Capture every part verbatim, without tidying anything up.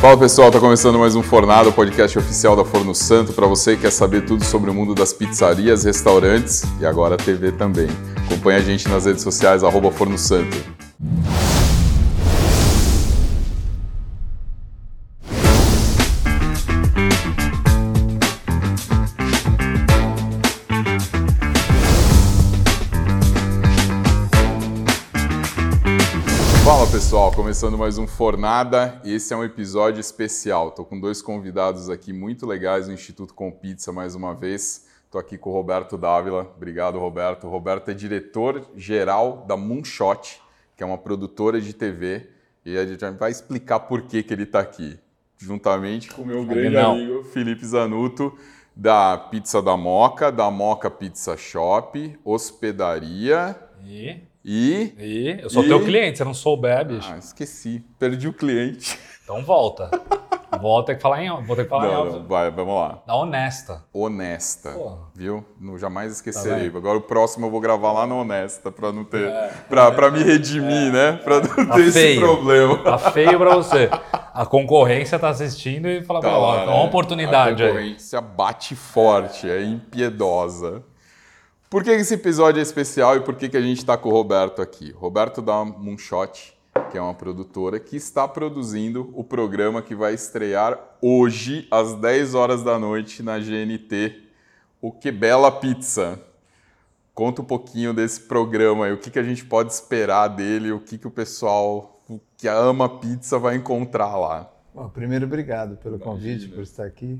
Fala pessoal, está começando mais um Fornada, o podcast oficial da Forno Santo, para você que quer saber tudo sobre o mundo das pizzarias, restaurantes e agora T V também. Acompanhe a gente nas redes sociais, arroba Forno Santo. Fala pessoal, começando mais um Fornada e esse é um episódio especial. Estou com dois convidados aqui muito legais do Instituto Com Pizza mais uma vez. Estou aqui com o Roberto Dávila. Obrigado, Roberto. O Roberto é diretor-geral da Moonshot, que é uma produtora de T V, e a gente vai explicar por que, que ele está aqui, juntamente com o meu grande Não. amigo Felipe Zanutto, da Pizza da Moca, da Moca Pizza Shop, hospedaria... E? E... E? Eu sou e... teu cliente, você não souber, bicho. Ah, esqueci. Perdi o cliente. Então volta. Vou ter que falar em, vou ter que falar em Não, alto. não, vai, vamos lá. Da honesta. Honesta. Pô. Viu? Não, jamais Tá esquecerei. bem. Agora o próximo eu vou gravar lá no Honesta, pra não ter... É. Pra, pra me redimir, é. né? Pra não Tá ter esse feio. problema. Tá feio pra você. A concorrência tá assistindo e fala, Tá ó, lá, é né? uma oportunidade A aí. concorrência bate forte, é impiedosa. Por que esse episódio é especial e por que, que a gente está com o Roberto aqui? Roberto da Moonshot, que é uma produtora que está produzindo o programa que vai estrear hoje, às dez horas da noite, na G N T, o Que Bela Pizza. Conta um pouquinho desse programa aí, o que, que a gente pode esperar dele, o que, que o pessoal que ama pizza vai encontrar lá. Bom, primeiro, obrigado pelo Imagina. convite, por estar aqui.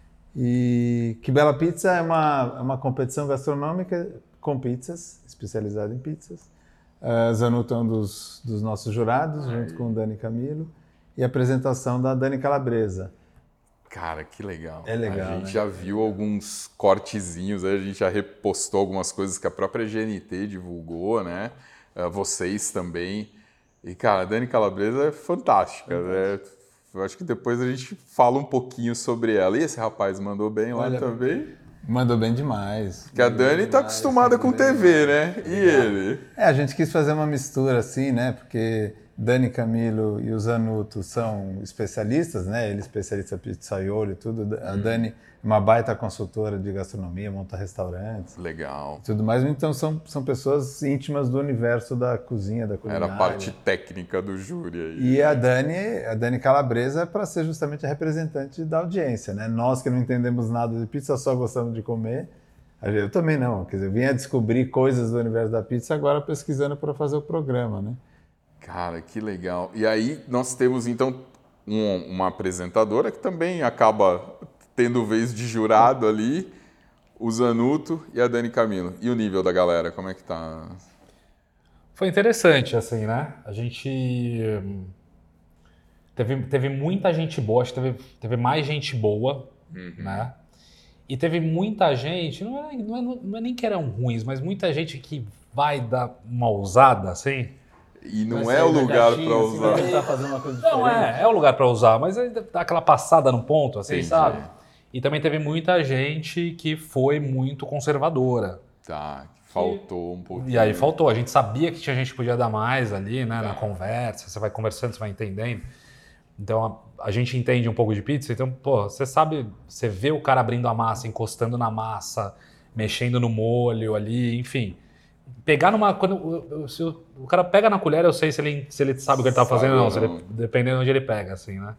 E Que Bela Pizza é uma, é uma competição gastronômica com pizzas, especializada em pizzas. Uh, Zanutto é um dos, dos nossos jurados, Ai. junto com o Dani Camilo, e a apresentação da Dani Calabresa. Cara, que legal. É legal, A gente né? já viu alguns cortezinhos, a gente já repostou algumas coisas que a própria G N T divulgou, né? Uh, vocês também. E, cara, a Dani Calabresa é fantástica, né? Eu acho que depois a gente fala um pouquinho sobre ela. E esse rapaz mandou bem lá Olha, também? Mandou bem demais. Porque a Dani tá acostumada com T V, né? E ele? É, a gente quis fazer uma mistura assim, né? Porque Dani Camilo e o Zanutto são especialistas, né? Ele é especialista em pizzaiolo e tudo. A Dani é uma baita consultora de gastronomia, monta restaurantes. Legal. Tudo mais, então são, são pessoas íntimas do universo da cozinha, da culinária. Era a parte técnica do júri aí. E a Dani, a Dani Calabresa é para ser justamente a representante da audiência, né? Nós que não entendemos nada de pizza, só gostamos de comer. Eu também não, quer dizer, eu vim a descobrir coisas do universo da pizza agora pesquisando para fazer o programa, né? Cara, que legal. E aí nós temos então um, uma apresentadora que também acaba tendo vez de jurado ali, o Zanutto e a Dani Camilo. E o nível da galera, como é que tá? Foi interessante, assim, né? A gente... hum, Teve, teve muita gente boa, acho que teve, teve mais gente boa, Uhum. né? E teve muita gente, não é, não, é, não é nem que eram ruins, mas muita gente que vai dar uma ousada, assim. E não Vai é sair o da lugar caixinha, para assim, usar. vai tentar fazer uma coisa diferente. Não, é, é o lugar pra usar, mas ainda dá aquela passada no ponto, assim, Entendi. sabe? E também teve muita gente que foi muito conservadora. Tá, faltou um pouquinho. E aí faltou, a gente sabia que tinha gente que podia dar mais ali, né, Tá. na conversa, você vai conversando, você vai entendendo. Então a, a gente entende um pouco de pizza, então, pô, você sabe, você vê o cara abrindo a massa, encostando na massa, mexendo no molho ali, enfim. Pegar numa... Quando, se o, o cara pega na colher, eu sei se ele, se ele sabe o que ele tá Sabe fazendo ou ou não, se não. ele, dependendo de onde ele pega, assim, né?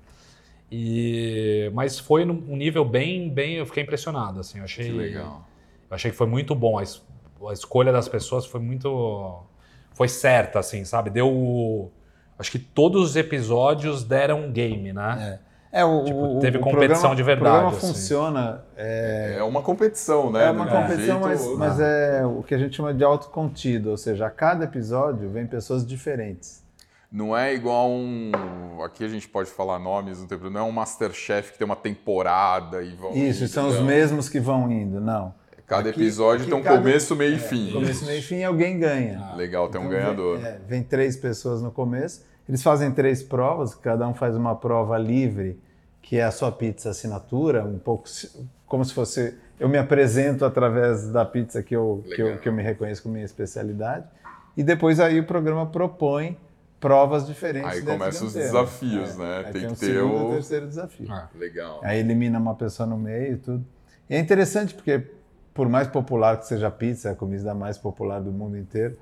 E, mas foi num nível bem, bem... Eu fiquei impressionado, assim, eu achei... Que legal. Eu achei que foi muito bom, a, es, a escolha das pessoas foi muito... Foi certa, assim, sabe? Deu... Acho que todos os episódios deram game, né? É, é o, Tipo, o- teve o competição programa, de verdade, O programa assim. funciona... É, É uma competição, né? é uma De um competição, jeito mas, ou outro. mas é o que a gente chama de autocontido, ou seja, a cada episódio vem pessoas diferentes. Não é igual um... Aqui a gente pode falar nomes, não tem problema. Não é um Masterchef que tem uma temporada e vão... Isso, são os Não. mesmos que vão indo, não. Cada Aqui- episódio aqui tem um cada- começo, meio e fim. Começo, meio e fim, alguém ganha. Legal, tem um Então, ganhador. Vem, é, vem três pessoas no começo, eles fazem três provas, cada um faz uma prova livre, que é a sua pizza assinatura, um pouco se- como se fosse... Eu me apresento através da pizza que eu, que eu, Legal. que eu me reconheço como minha especialidade, e depois aí o programa propõe provas diferentes. Aí dentro começam de um os tema. desafios, É. né? Aí Tem tem que o ter segundo o... e o terceiro desafio. Ah. Legal. Aí elimina uma pessoa no meio e tudo. E é interessante porque, por mais popular que seja a pizza, é a comida mais popular do mundo inteiro,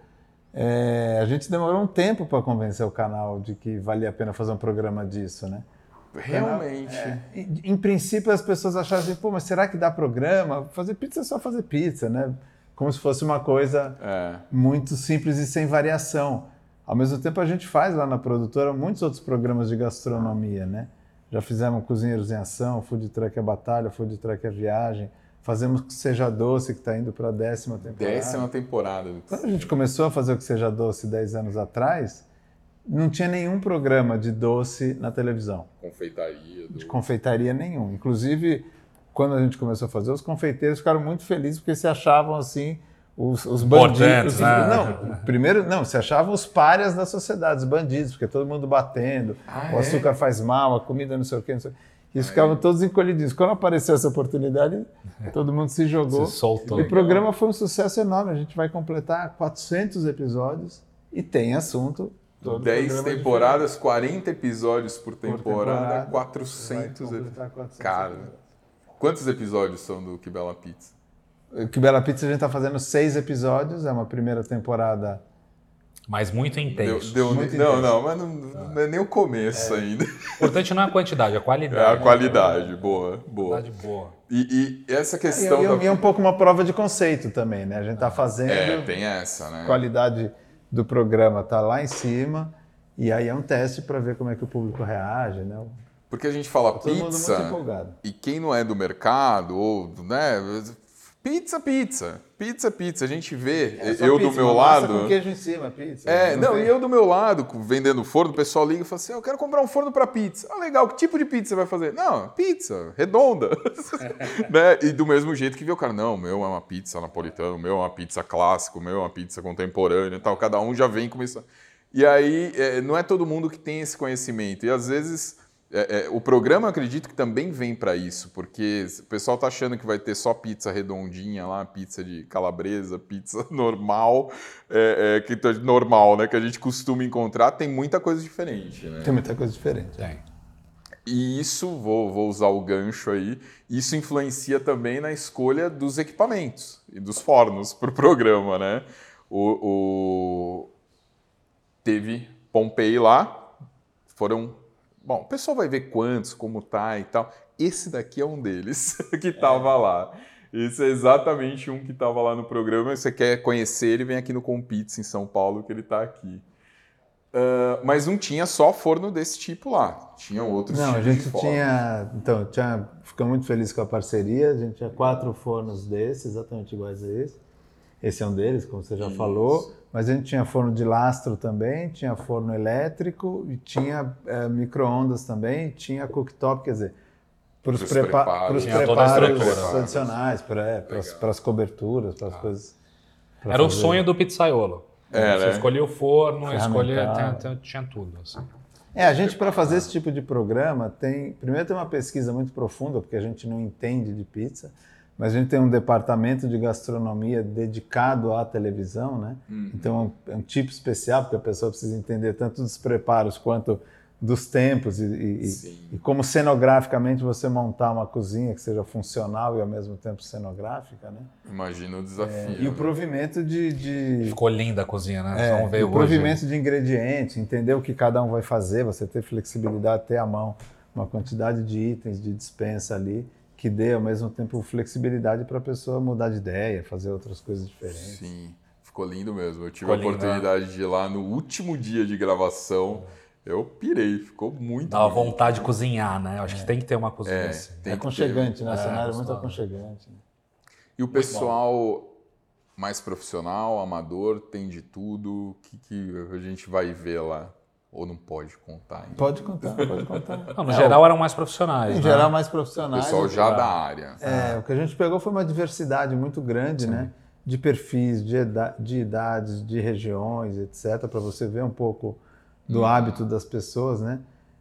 é, a gente demorou um tempo para convencer o canal de que valia a pena fazer um programa disso, né? Realmente. É, em, em princípio, as pessoas achavam assim, pô, mas será que dá programa? Fazer pizza é só fazer pizza, né? Como se fosse uma coisa É. muito simples e sem variação. Ao mesmo tempo, a gente faz lá na produtora muitos outros programas de gastronomia, né? Já fizemos Cozinheiros em Ação, Food Truck é Batalha, Food Truck é Viagem. Fazemos o Que Seja Doce, que está indo para a décima temporada. Décima temporada. Quando a gente começou a fazer o Que Seja Doce dez anos atrás, não tinha nenhum programa de doce na televisão. Confeitaria. Do... De confeitaria nenhum. Inclusive, quando a gente começou a fazer, os confeiteiros ficaram muito felizes porque se achavam assim os, os bandidos. Né? Não, primeiro, não, se achavam os párias da sociedade, os bandidos, porque todo mundo batendo, ah, o açúcar é? faz mal, a comida não sei o quê, não sei o quê. E eles ficavam todos encolhidinhos. Quando apareceu essa oportunidade, todo mundo se jogou. Se soltou. E o programa foi um sucesso enorme. A gente vai completar quatrocentos episódios e tem assunto. dez temporadas, quarenta episódios por temporada, por temporada quatrocentos episódios. Cara, quantos episódios são do Que Bela Pizza? O Que Bela Pizza a gente está fazendo seis episódios, é uma primeira temporada. Mas muito intenso. Deu, deu, muito não, intenso. não, mas não, não é nem o começo é. ainda. O importante não é a quantidade, é a qualidade. É a qualidade, boa, boa. Qualidade boa. E, e essa questão... E, da... e é um pouco uma prova de conceito também, né? A gente está fazendo... É, tem essa, né? A qualidade do programa está lá em cima e aí é um teste para ver como é que o público reage, né? Porque a gente fala Todo mundo pizza muito empolgado. E quem não é do mercado, ou, né... Pizza, pizza. Pizza, pizza. A gente vê, É eu pizza, do meu uma massa lado... com queijo em cima, pizza. É, não, tem. e eu do meu lado, vendendo forno, o pessoal liga e fala assim, eu quero comprar um forno para pizza. Ah, legal, que tipo de pizza você vai fazer? Não, pizza, redonda. Né? E do mesmo jeito que vê o cara, não, o meu é uma pizza napolitana, o meu é uma pizza clássica, o meu é uma pizza contemporânea e tal. Cada um já vem começando. E aí, é, não é todo mundo que tem esse conhecimento. E às vezes... É, é, o programa, eu acredito que também vem para isso, porque o pessoal tá achando que vai ter só pizza redondinha lá, pizza de calabresa, pizza normal, é, é, que normal, né, que a gente costuma encontrar, tem muita coisa diferente, né? Tem muita coisa diferente. Tem. E isso, vou, vou usar o gancho aí, isso influencia também na escolha dos equipamentos e dos fornos para o programa, né? O, o... Teve Pompei lá, foram... Bom, o pessoal vai ver quantos, como tá e tal. Esse daqui é um deles que estava é. lá. Esse é exatamente um que estava lá no programa. Se você quer conhecer ele, vem aqui no Compizza, em São Paulo, que ele está aqui. Uh, mas não tinha só forno desse tipo lá. Tinha outros não, tipos a gente de forno. tinha... Então, tinha, ficamos muito felizes com a parceria. A gente tinha quatro fornos desses, exatamente iguais a esse. Esse é um deles, como você já Isso. falou. Mas a gente tinha forno de lastro também, tinha forno elétrico e tinha é, micro-ondas também, tinha cooktop, quer dizer, para os prepa preparos, preparos tradicionais, para é, as coberturas, para as ah. coisas. Era fazer. O sonho do pizzaiolo. É, Você né? escolhia o forno, escolhia, tinha, tinha tudo. Assim. É, a gente para fazer esse tipo de programa, tem primeiro tem uma pesquisa muito profunda, porque a gente não entende de pizza, mas a gente tem um departamento de gastronomia dedicado à televisão, né? Uhum. Então é um tipo especial, porque a pessoa precisa entender tanto dos preparos quanto dos tempos e, e, e como cenograficamente você montar uma cozinha que seja funcional e ao mesmo tempo cenográfica, né? Imagina o desafio. É, e o provimento de, de... Ficou linda a cozinha, né? É, Só veio o provimento de ingredientes, entender o que cada um vai fazer, você ter flexibilidade, ter à mão uma quantidade de itens de dispensa ali, que dê ao mesmo tempo flexibilidade para a pessoa mudar de ideia, fazer outras coisas diferentes. Sim, ficou lindo mesmo. Eu tive ficou a oportunidade lindo, né? de ir lá no último dia de gravação. Eu pirei, ficou muito Dá uma vontade de cozinhar, né? Eu acho é. que tem que ter uma cozinha é, assim. É aconchegante, né? O é, cenário é muito aconchegante. Né? E o pessoal mais profissional, amador, tem de tudo. O que, que a gente vai ver lá? Ou não pode contar ainda? Pode contar, pode contar. Não, no é, geral eram mais profissionais. Em né? geral mais profissionais. O pessoal já da área. É, ah. O que a gente pegou foi uma diversidade muito grande, Sim. né? De perfis, de, de idades, de regiões, etcétera, para você ver um pouco do hum. hábito das pessoas, né?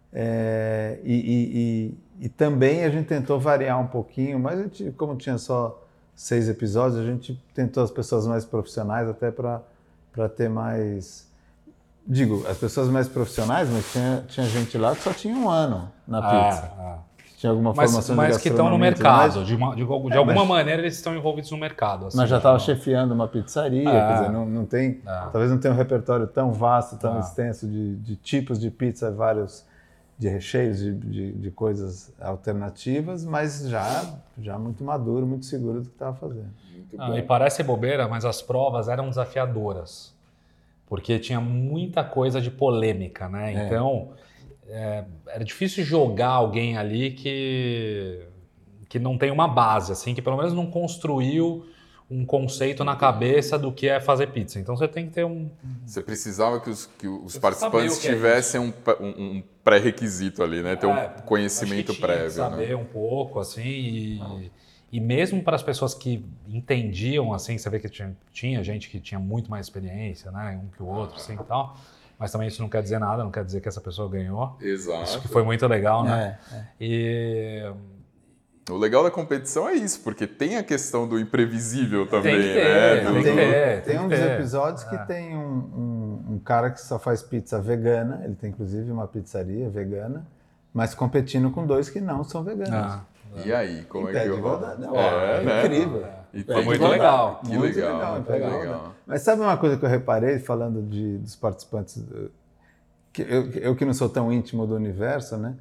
É, e, e, e, e também a gente tentou variar um pouquinho, mas a gente, como tinha só seis episódios, a gente tentou as pessoas mais profissionais até para ter mais... Digo, as pessoas mais profissionais, mas tinha, tinha gente lá que só tinha um ano na pizza. Ah, ah. Tinha alguma Mas, formação mas de que estão no gastronomia, mercado, mas- de, uma, de, de É, alguma mas- maneira eles estão envolvidos no mercado. Assim, Mas já estava tipo, chefiando uma pizzaria, É. quer dizer, não, não tem, É. talvez não tenha um repertório tão vasto, tão É. extenso de, de tipos de pizza, vários de recheios, de, de, de coisas alternativas, mas já, já muito maduro, muito seguro do que estava fazendo. Muito Ah, bom. e parece bobeira, mas as provas eram desafiadoras, porque tinha muita coisa de polêmica, né? É. Então, é, era difícil jogar alguém ali que, que não tem uma base, assim, que pelo menos não construiu um conceito na cabeça do que é fazer pizza. Então você tem que ter um... Você precisava que os, que os Você participantes saber o que é tivessem um, um, um pré-requisito ali, né? Ter É, um acho conhecimento que tinha que prévio, saber né? um pouco, assim, e, e mesmo para as pessoas que entendiam, assim, você vê que tinha, tinha gente que tinha muito mais experiência, né, um que o outro, assim, e tal, mas também isso não quer dizer nada, não quer dizer que essa pessoa ganhou. Exato. Isso que foi muito legal, né? É, é. E O legal da competição é isso, porque tem a questão do imprevisível também, que ter, né? tem Do- que Tem, ter, tem tem um que dos ter. episódios que É. tem um, um, um cara que só faz pizza vegana, ele tem inclusive uma pizzaria vegana, mas competindo com dois que não são veganos. Ah, E aí, como Em é pé que de eu... igualdade. Não, É, é né? incrível. E Foi tem muito que- legal. Que Muito legal, legal, que em pé de legal. igualdade. Mas sabe uma coisa que eu reparei, falando de, dos participantes, eh, que eu, eu que não sou tão íntimo do universo, né?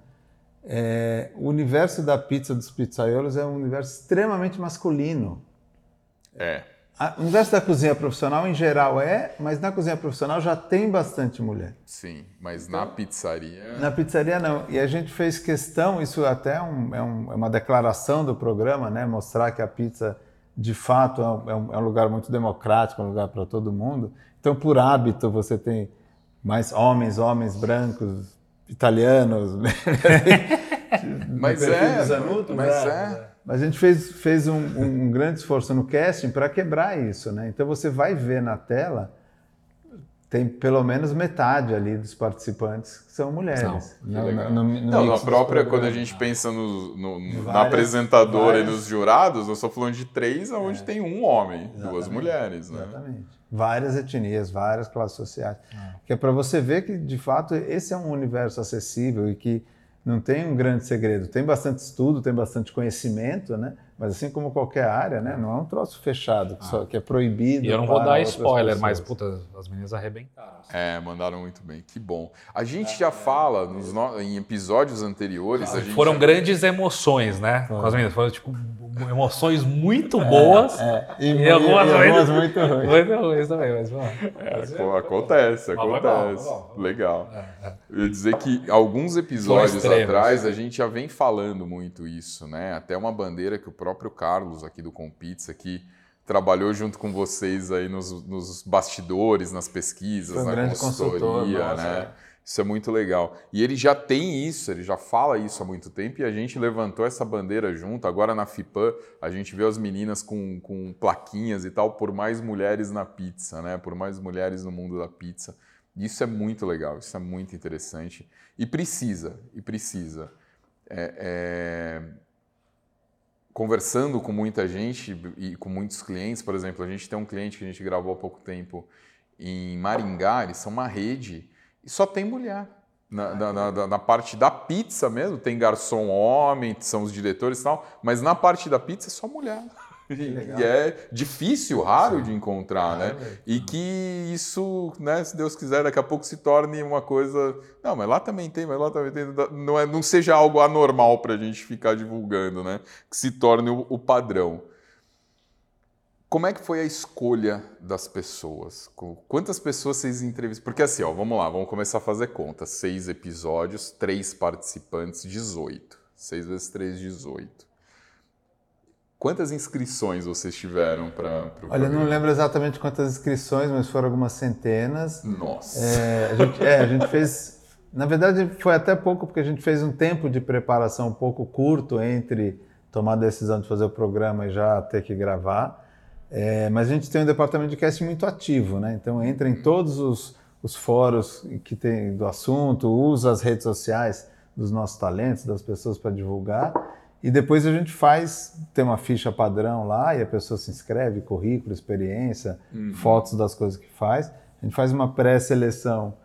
É, o universo da pizza dos pizzaiolos é um universo extremamente masculino. É, A- O universo da cozinha profissional, em geral, é, mas na cozinha profissional já tem bastante mulher. sim, mas na pizzaria... Na pizzaria, não. E a gente fez questão, isso até é, um- é um- é uma declaração do programa, né? Mostrar que a pizza, de fato, é um, é um- é um lugar muito democrático, um lugar para todo mundo. Então, por hábito, você tem mais homens, homens brancos, italianos. Mas perfil é, do Zanuto, mas né? é... Mas a gente fez, fez um, um- um grande esforço no casting para quebrar isso, né? Então você vai ver na tela, tem pelo menos metade ali dos participantes que são mulheres. Não, No- que legal. no- no Não, na mix dos própria, quando a programas. gente pensa no, no- na Várias- apresentadora várias- e nos jurados, nós estamos falando de três, onde tem um homem, duas Exatamente, mulheres, né? Exatamente. Várias etnias, várias classes sociais. Que é para você ver que, de fato, esse é um universo acessível e que não tem um grande segredo. Tem bastante estudo, tem bastante conhecimento, né? Mas assim como qualquer área, né? Não é um troço fechado, que, só, que é proibido. e eu não vou para dar outras spoiler, pessoas. mas, puta, as meninas arrebentaram. É, mandaram muito bem, que bom. A gente já fala nos no- em episódios anteriores, a gente Foram já- grandes emoções, né? Com as meninas. Foram, tipo, emoções muito boas. É, e, E e algumas e algumas vezes- muito ruins. Muito ruins também, mas vamos. É, co- acontece, Mas foi bom, acontece. foi bom, foi bom. Legal. Eu ia dizer que alguns episódios extremos. atrás a gente já vem falando muito isso, né? Até uma bandeira que o próprio Carlos aqui do Compizza, que trabalhou junto com vocês aí nos, nos bastidores, nas pesquisas, Foi um na grande consultor, consultoria, nossa, né? é. Isso é muito legal. E ele já tem isso, ele já fala isso há muito tempo e a gente levantou essa bandeira junto. Agora na FIPAM a gente vê as meninas com, com plaquinhas e tal, por mais mulheres na pizza, né? Por mais mulheres no mundo da pizza. Isso é muito legal, isso é muito interessante. E precisa, e precisa. É, é... Conversando com muita gente e com muitos clientes, por exemplo, a gente tem um cliente que a gente gravou há pouco tempo em Maringá, eles são uma rede e só tem mulher. Na, na, na, na parte da pizza mesmo, tem garçom homem, são os diretores e tal, mas na parte da pizza é só mulher. E, e é difícil, raro de encontrar, né? E que isso, né, se Deus quiser, daqui a pouco se torne uma coisa... Não, mas lá também tem, mas lá também tem. Não, é, não seja algo anormal para a gente ficar divulgando, né? Que se torne o, o padrão. Como é que foi a escolha das pessoas? Quantas pessoas vocês entrevistaram? Porque assim, ó, vamos lá, vamos começar a fazer conta. Seis episódios, três participantes, dezoito. Seis vezes três, dezoito. Quantas inscrições vocês tiveram para o Olha, eu não lembro exatamente quantas inscrições, mas foram algumas centenas. Nossa. É, a gente, é, a gente fez... Na verdade, foi até pouco, porque a gente fez um tempo de preparação um pouco curto entre tomar a decisão de fazer o programa e já ter que gravar. É, mas a gente tem um departamento de casting muito ativo, né? Então entra em todos os, os fóruns que tem do assunto, usa as redes sociais dos nossos talentos, das pessoas para divulgar. E depois a gente faz, tem uma ficha padrão lá e a pessoa se inscreve, currículo, experiência, Uhum. fotos das coisas que faz. A gente faz uma pré-seleção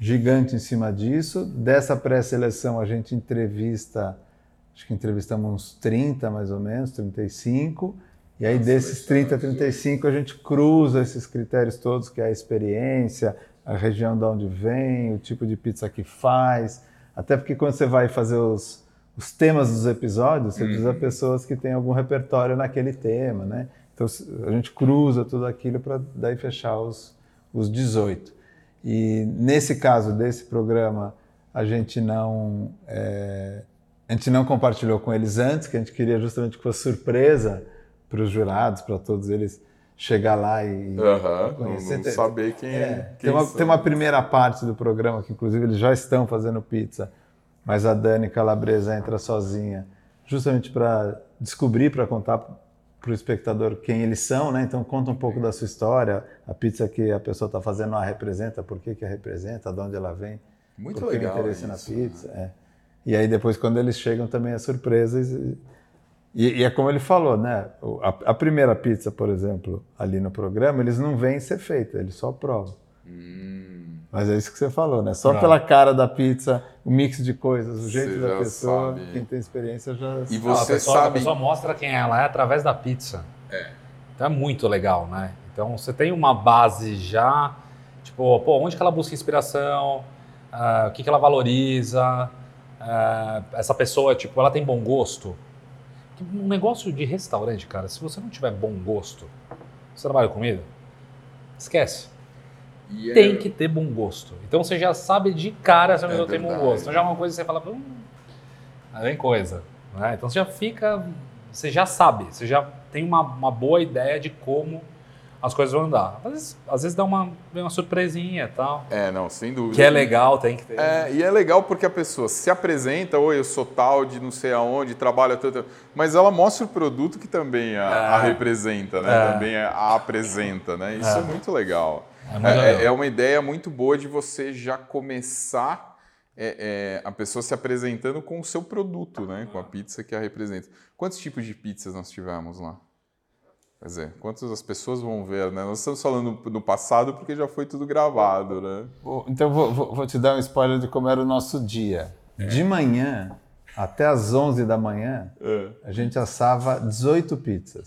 gigante em cima disso. Dessa pré-seleção a gente entrevista, acho que entrevistamos uns trinta mais ou menos, trinta e cinco. E aí desses trinta, trinta e cinco a gente cruza esses critérios todos, que é a experiência, a região de onde vem, o tipo de pizza que faz. Até porque quando você vai fazer os, os temas dos episódios, você precisa de pessoas que têm algum repertório naquele tema, né? Então a gente cruza tudo aquilo para daí fechar os, os dezoito. E nesse caso desse programa, a gente não, é, a gente não compartilhou com eles antes, que a gente queria justamente que fosse surpresa para os jurados, para todos eles chegar lá e uhum, conhecer. Não, não saber quem é. Tem uma, tem uma primeira parte do programa que, inclusive, eles já estão fazendo pizza, mas a Dani Calabresa entra sozinha, justamente para descobrir, para contar para o espectador quem eles são, né? Então conta um pouco da sua história, a pizza que a pessoa está fazendo a representa, por que que a representa, de onde ela vem, muito por que legal o interesse isso, na pizza. né? É. E aí depois, quando eles chegam, também é surpresa. E, e é como ele falou, né? A, a primeira pizza, por exemplo, ali no programa, eles não veem ser feita, eles só provam. Hum. Mas é isso que você falou, né? Só Não. pela cara da pizza, o mix de coisas, o jeito Você da já pessoa, sabe. quem tem experiência já E sabe. Não, a você pessoa, a sabe... pessoa mostra quem ela é através da pizza. É. Então é muito legal, né? Então você tem uma base já, tipo, pô, onde que ela busca inspiração, uh, o que que ela valoriza, uh, essa pessoa, tipo, ela tem bom gosto. Um negócio de restaurante, cara, se você não tiver bom gosto, você trabalha com comida, esquece. E Tem é... que ter bom gosto. Então você já sabe de cara se a É pessoa tem bom verdade. gosto. Então já é uma coisa que você fala, hum, aí vem coisa. Né? Então você já fica, você já sabe, você já tem uma, uma boa ideia de como as coisas vão andar. Às vezes, às vezes dá uma, vem uma surpresinha e tal. É, não, sem dúvida. Que é legal, tem que ter. É, e é legal porque a pessoa se apresenta, oi, eu sou tal, de não sei aonde, trabalho tanto, mas ela mostra o produto que também a, É. a representa, né? É. Também a apresenta, né? Isso é, É. muito legal. É muito É, legal. é uma ideia muito boa de você já começar é, é, a pessoa se apresentando com o seu produto, né? Com a pizza que a representa. Quantos tipos de pizzas nós tivemos lá? Quer dizer, quantas as pessoas vão ver, né? Nós estamos falando no passado porque já foi tudo gravado, né? Então vou, vou, vou te dar um spoiler de como era o nosso dia. É. De manhã, até às onze da manhã, É. a gente assava dezoito pizzas.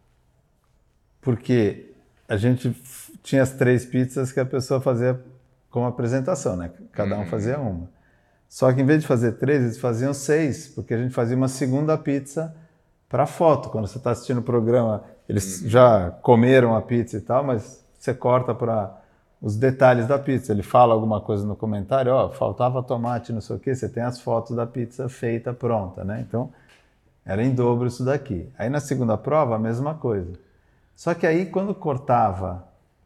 Porque a gente f- tinha as três pizzas que a pessoa fazia como apresentação, né? Cada um Uhum. fazia uma. Só que em vez de fazer três, eles faziam seis, porque a gente fazia uma segunda pizza para foto. Quando você está assistindo o programa, eles já comeram a pizza e tal, mas você corta para os detalhes da pizza. Ele fala alguma coisa no comentário, ó, faltava tomate, não sei o quê, você tem as fotos da pizza feita, pronta, né? Então, era em dobro isso daqui. Aí na segunda prova, a mesma coisa. Só que aí, quando cortava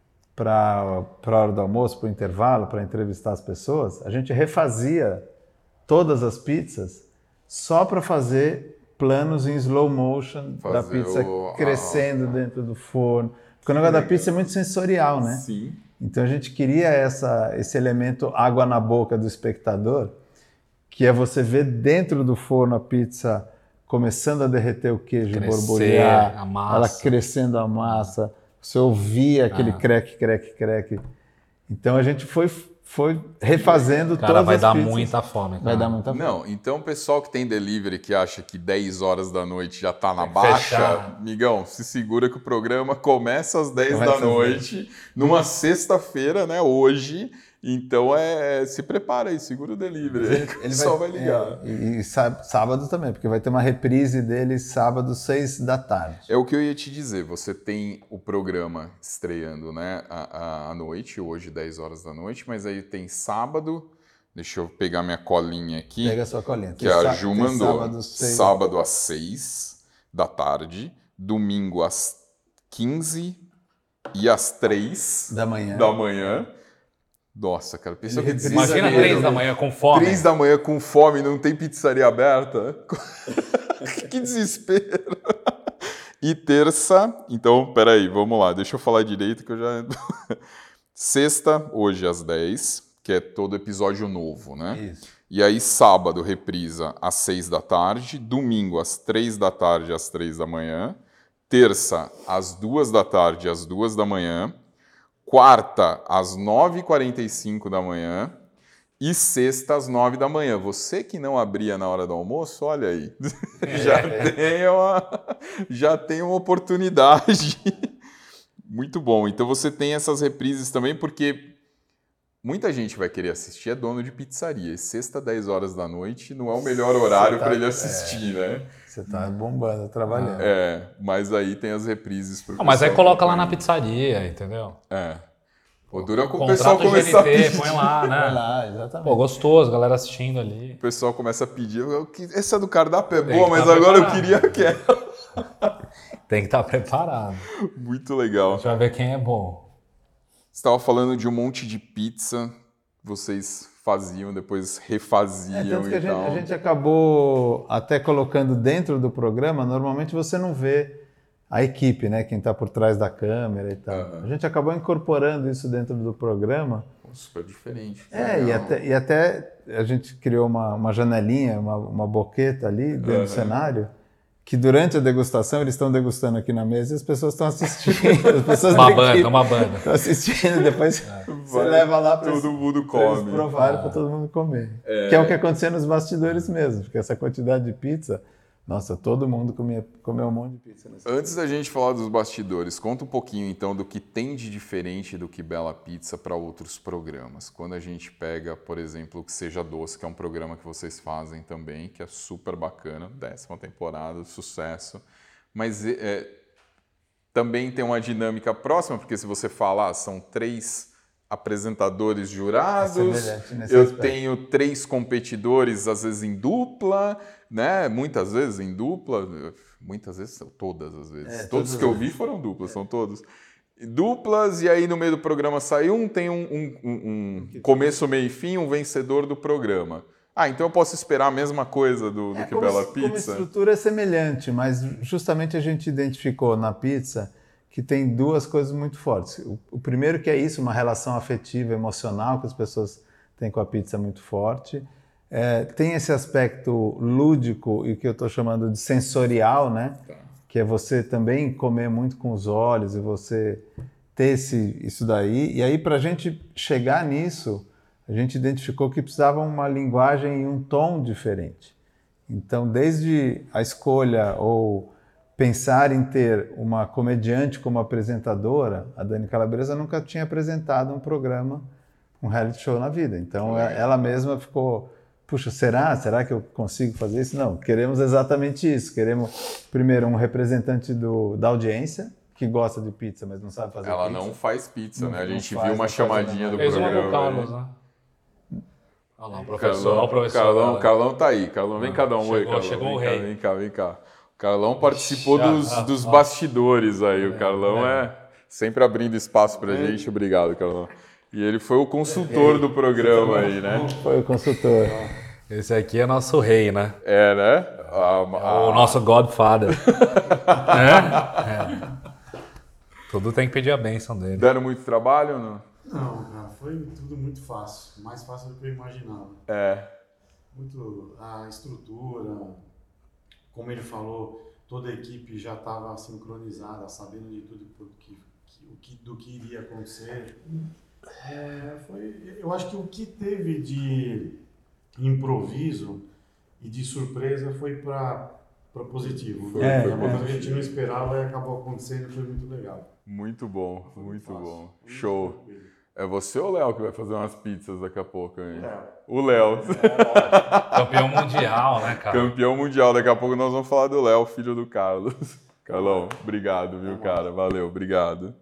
para a hora do almoço, para o intervalo, para entrevistar as pessoas, a gente refazia todas as pizzas só para fazer planos em slow motion da Fazer pizza o- crescendo dentro do forno. Porque o negócio da pizza é muito sensorial, né? Sim. Então a gente queria essa, esse elemento água na boca do espectador, que é você ver dentro do forno a pizza começando a derreter o queijo, Crescer borbulhar, a massa. ela crescendo a massa, você ouvia aquele Ah. creque, creque, creque. Então a gente foi, foi refazendo Cara, todas vai as dar pizzas. muita fome. Cara. Vai dar muita fome. Não, então o pessoal que tem delivery que acha que dez horas da noite já tá na que baixa, fechar. migão, se segura que o programa começa às dez Começa da às noite, numa sexta-feira, né, hoje. Então é, se prepara aí, segura o delivery, aí que o pessoal vai, ligar. é, e, e sá- sábado também, porque vai ter uma reprise dele sábado, seis da tarde. É o que eu ia te dizer, você tem o programa estreando, né, à, à- à noite, hoje dez horas da noite, mas aí tem sábado, deixa eu pegar minha colinha aqui. Pega a sua colinha. Que Tem a sá- Ju tem mandou. Sábado, seis. Sábado às seis da tarde, domingo às quinze e às três Da manhã. da manhã. Nossa, cara, pessoa que Ele reprisa desespero. Imagina três da manhã com fome. Três da manhã com fome, não tem pizzaria aberta? Que desespero. E terça, então, peraí, vamos lá, deixa eu falar direito que eu já... Sexta, hoje às dez, que é todo episódio novo, né? Isso. E aí, sábado, reprisa às seis da tarde. Domingo, às três da tarde, às três da manhã. Terça, às duas da tarde, às duas da manhã. Quarta, às nove e quarenta e cinco da manhã. E sexta às nove da manhã. Você que não abria na hora do almoço, olha aí. Já, É. tem, uma, já tem uma oportunidade. Muito bom. Então você tem essas reprises também, porque muita gente vai querer assistir, é dono de pizzaria. E sexta, dez horas da noite, não é o melhor horário tá, para ele assistir, é, né? Você tá bombando, trabalhando. É, mas aí tem as reprises. Pro Não, mas aí pessoal coloca lá na acompanhar. pizzaria, entendeu? É. Pô, dura com o Contrato pessoal começar a G N T, pedir. põe lá, né? Vai lá, exatamente. Pô, gostoso, galera assistindo ali. O pessoal começa a pedir. eu que- Essa do cardápio é Tem boa, que mas tá agora eu preparado. queria aquela. Tem que estar preparado. Muito A legal. gente vai ver quem é bom. Você estava falando de um monte de pizza que vocês faziam, depois refaziam É, tanto que e a gente, tal. a gente acabou até colocando dentro do programa, normalmente você não vê a equipe, né? Quem está por trás da câmera e tal. Aham. A gente acabou incorporando isso dentro do programa. Pô, super diferente. É, e Legal. até, e até a gente criou uma, uma janelinha, uma, uma boqueta ali dentro Aham. do cenário, que durante a degustação, eles estão degustando aqui na mesa e as pessoas estão assistindo. As pessoas Uma da banda, equipe uma banda. estão assistindo, depois você Vai, leva lá para todo mundo Pra eles come. provarem para todo mundo comer. Que é o que acontecia nos bastidores mesmo, porque essa quantidade de pizza, nossa, todo mundo comia, comeu um monte de pizza. Nesse Antes da gente falar dos bastidores, conta um pouquinho então do que tem de diferente do que Bela Pizza para outros programas. Quando a gente pega, por exemplo, o Que Seja Doce, que é um programa que vocês fazem também, que é super bacana, décima temporada, sucesso. Mas é, também tem uma dinâmica próxima, porque se você falar, ah, são três apresentadores jurados, É semelhante nesse eu aspecto. tenho três competidores, às vezes em dupla, né? Muitas vezes em dupla, muitas vezes, todas as vezes. É, todos todas que eu as vi foram duplas, são todos. Duplas, e aí no meio do programa sai um, tem um, um- um- um começo, meio e fim, um vencedor do programa. Ah, então eu posso esperar a mesma coisa do, do É, que como, Bela como Pizza? estrutura é semelhante, mas justamente a gente identificou na pizza que tem duas coisas muito fortes. O, o primeiro que é isso, uma relação afetiva, emocional que as pessoas têm com a pizza muito forte. É, tem esse aspecto lúdico e que eu estou chamando de sensorial, né? Que é você também comer muito com os olhos e você ter esse, isso daí. E aí, para a gente chegar nisso, a gente identificou que precisava uma linguagem e um tom diferente. Então, desde a escolha ou pensar em ter uma comediante como apresentadora, a Dani Calabresa nunca tinha apresentado um programa, um reality show na vida. Então, Legal. ela mesma ficou, puxa, será? Será que eu consigo fazer isso? Não, queremos exatamente isso. Queremos, primeiro, um representante do, da audiência, que gosta de pizza, mas não sabe fazer Ela pizza. não faz pizza, Não- né? A não gente faz, viu uma não faz chamadinha a do Fez uma programa. com o Carlos, né? né? Olha lá, o professor. Olha Carlão, o professor. Carlão, lá. Carlão tá aí. Carlão, vem Ah, cá dar um oi, chegou- Carlão. chegou vem o cá, rei. vem cá, vem cá. O Carlão participou Ah, dos, ah, dos ah. bastidores aí. O É, Carlão é. é sempre abrindo espaço pra gente. Obrigado, Carlão. E ele foi o consultor do programa aí, né? Foi o consultor. Esse aqui é nosso rei, né? É, né? A- a- O nosso Godfather. é? É. Tudo tem que pedir a bênção dele. Deram muito trabalho ou não? Não, cara, foi tudo muito fácil. Mais fácil do que eu imaginava. É. Muito a estrutura, como ele falou, toda a equipe já estava sincronizada, sabendo de tudo que, que, o que, do que iria acontecer. É, foi, eu acho que o que teve de improviso e de surpresa foi para positivo. Foi- É, foi Uma coisa que a positivo. gente não esperava e acabou acontecendo e foi muito legal. Muito bom, Foi muito fácil, bom. muito Show. tranquilo. É você ou o Léo que vai fazer umas pizzas daqui a pouco aí? É. O Léo. Campeão mundial, né, cara? Campeão mundial. Daqui a pouco nós vamos falar do Léo, filho do Carlos. Carlão, obrigado, viu, cara? Valeu, obrigado.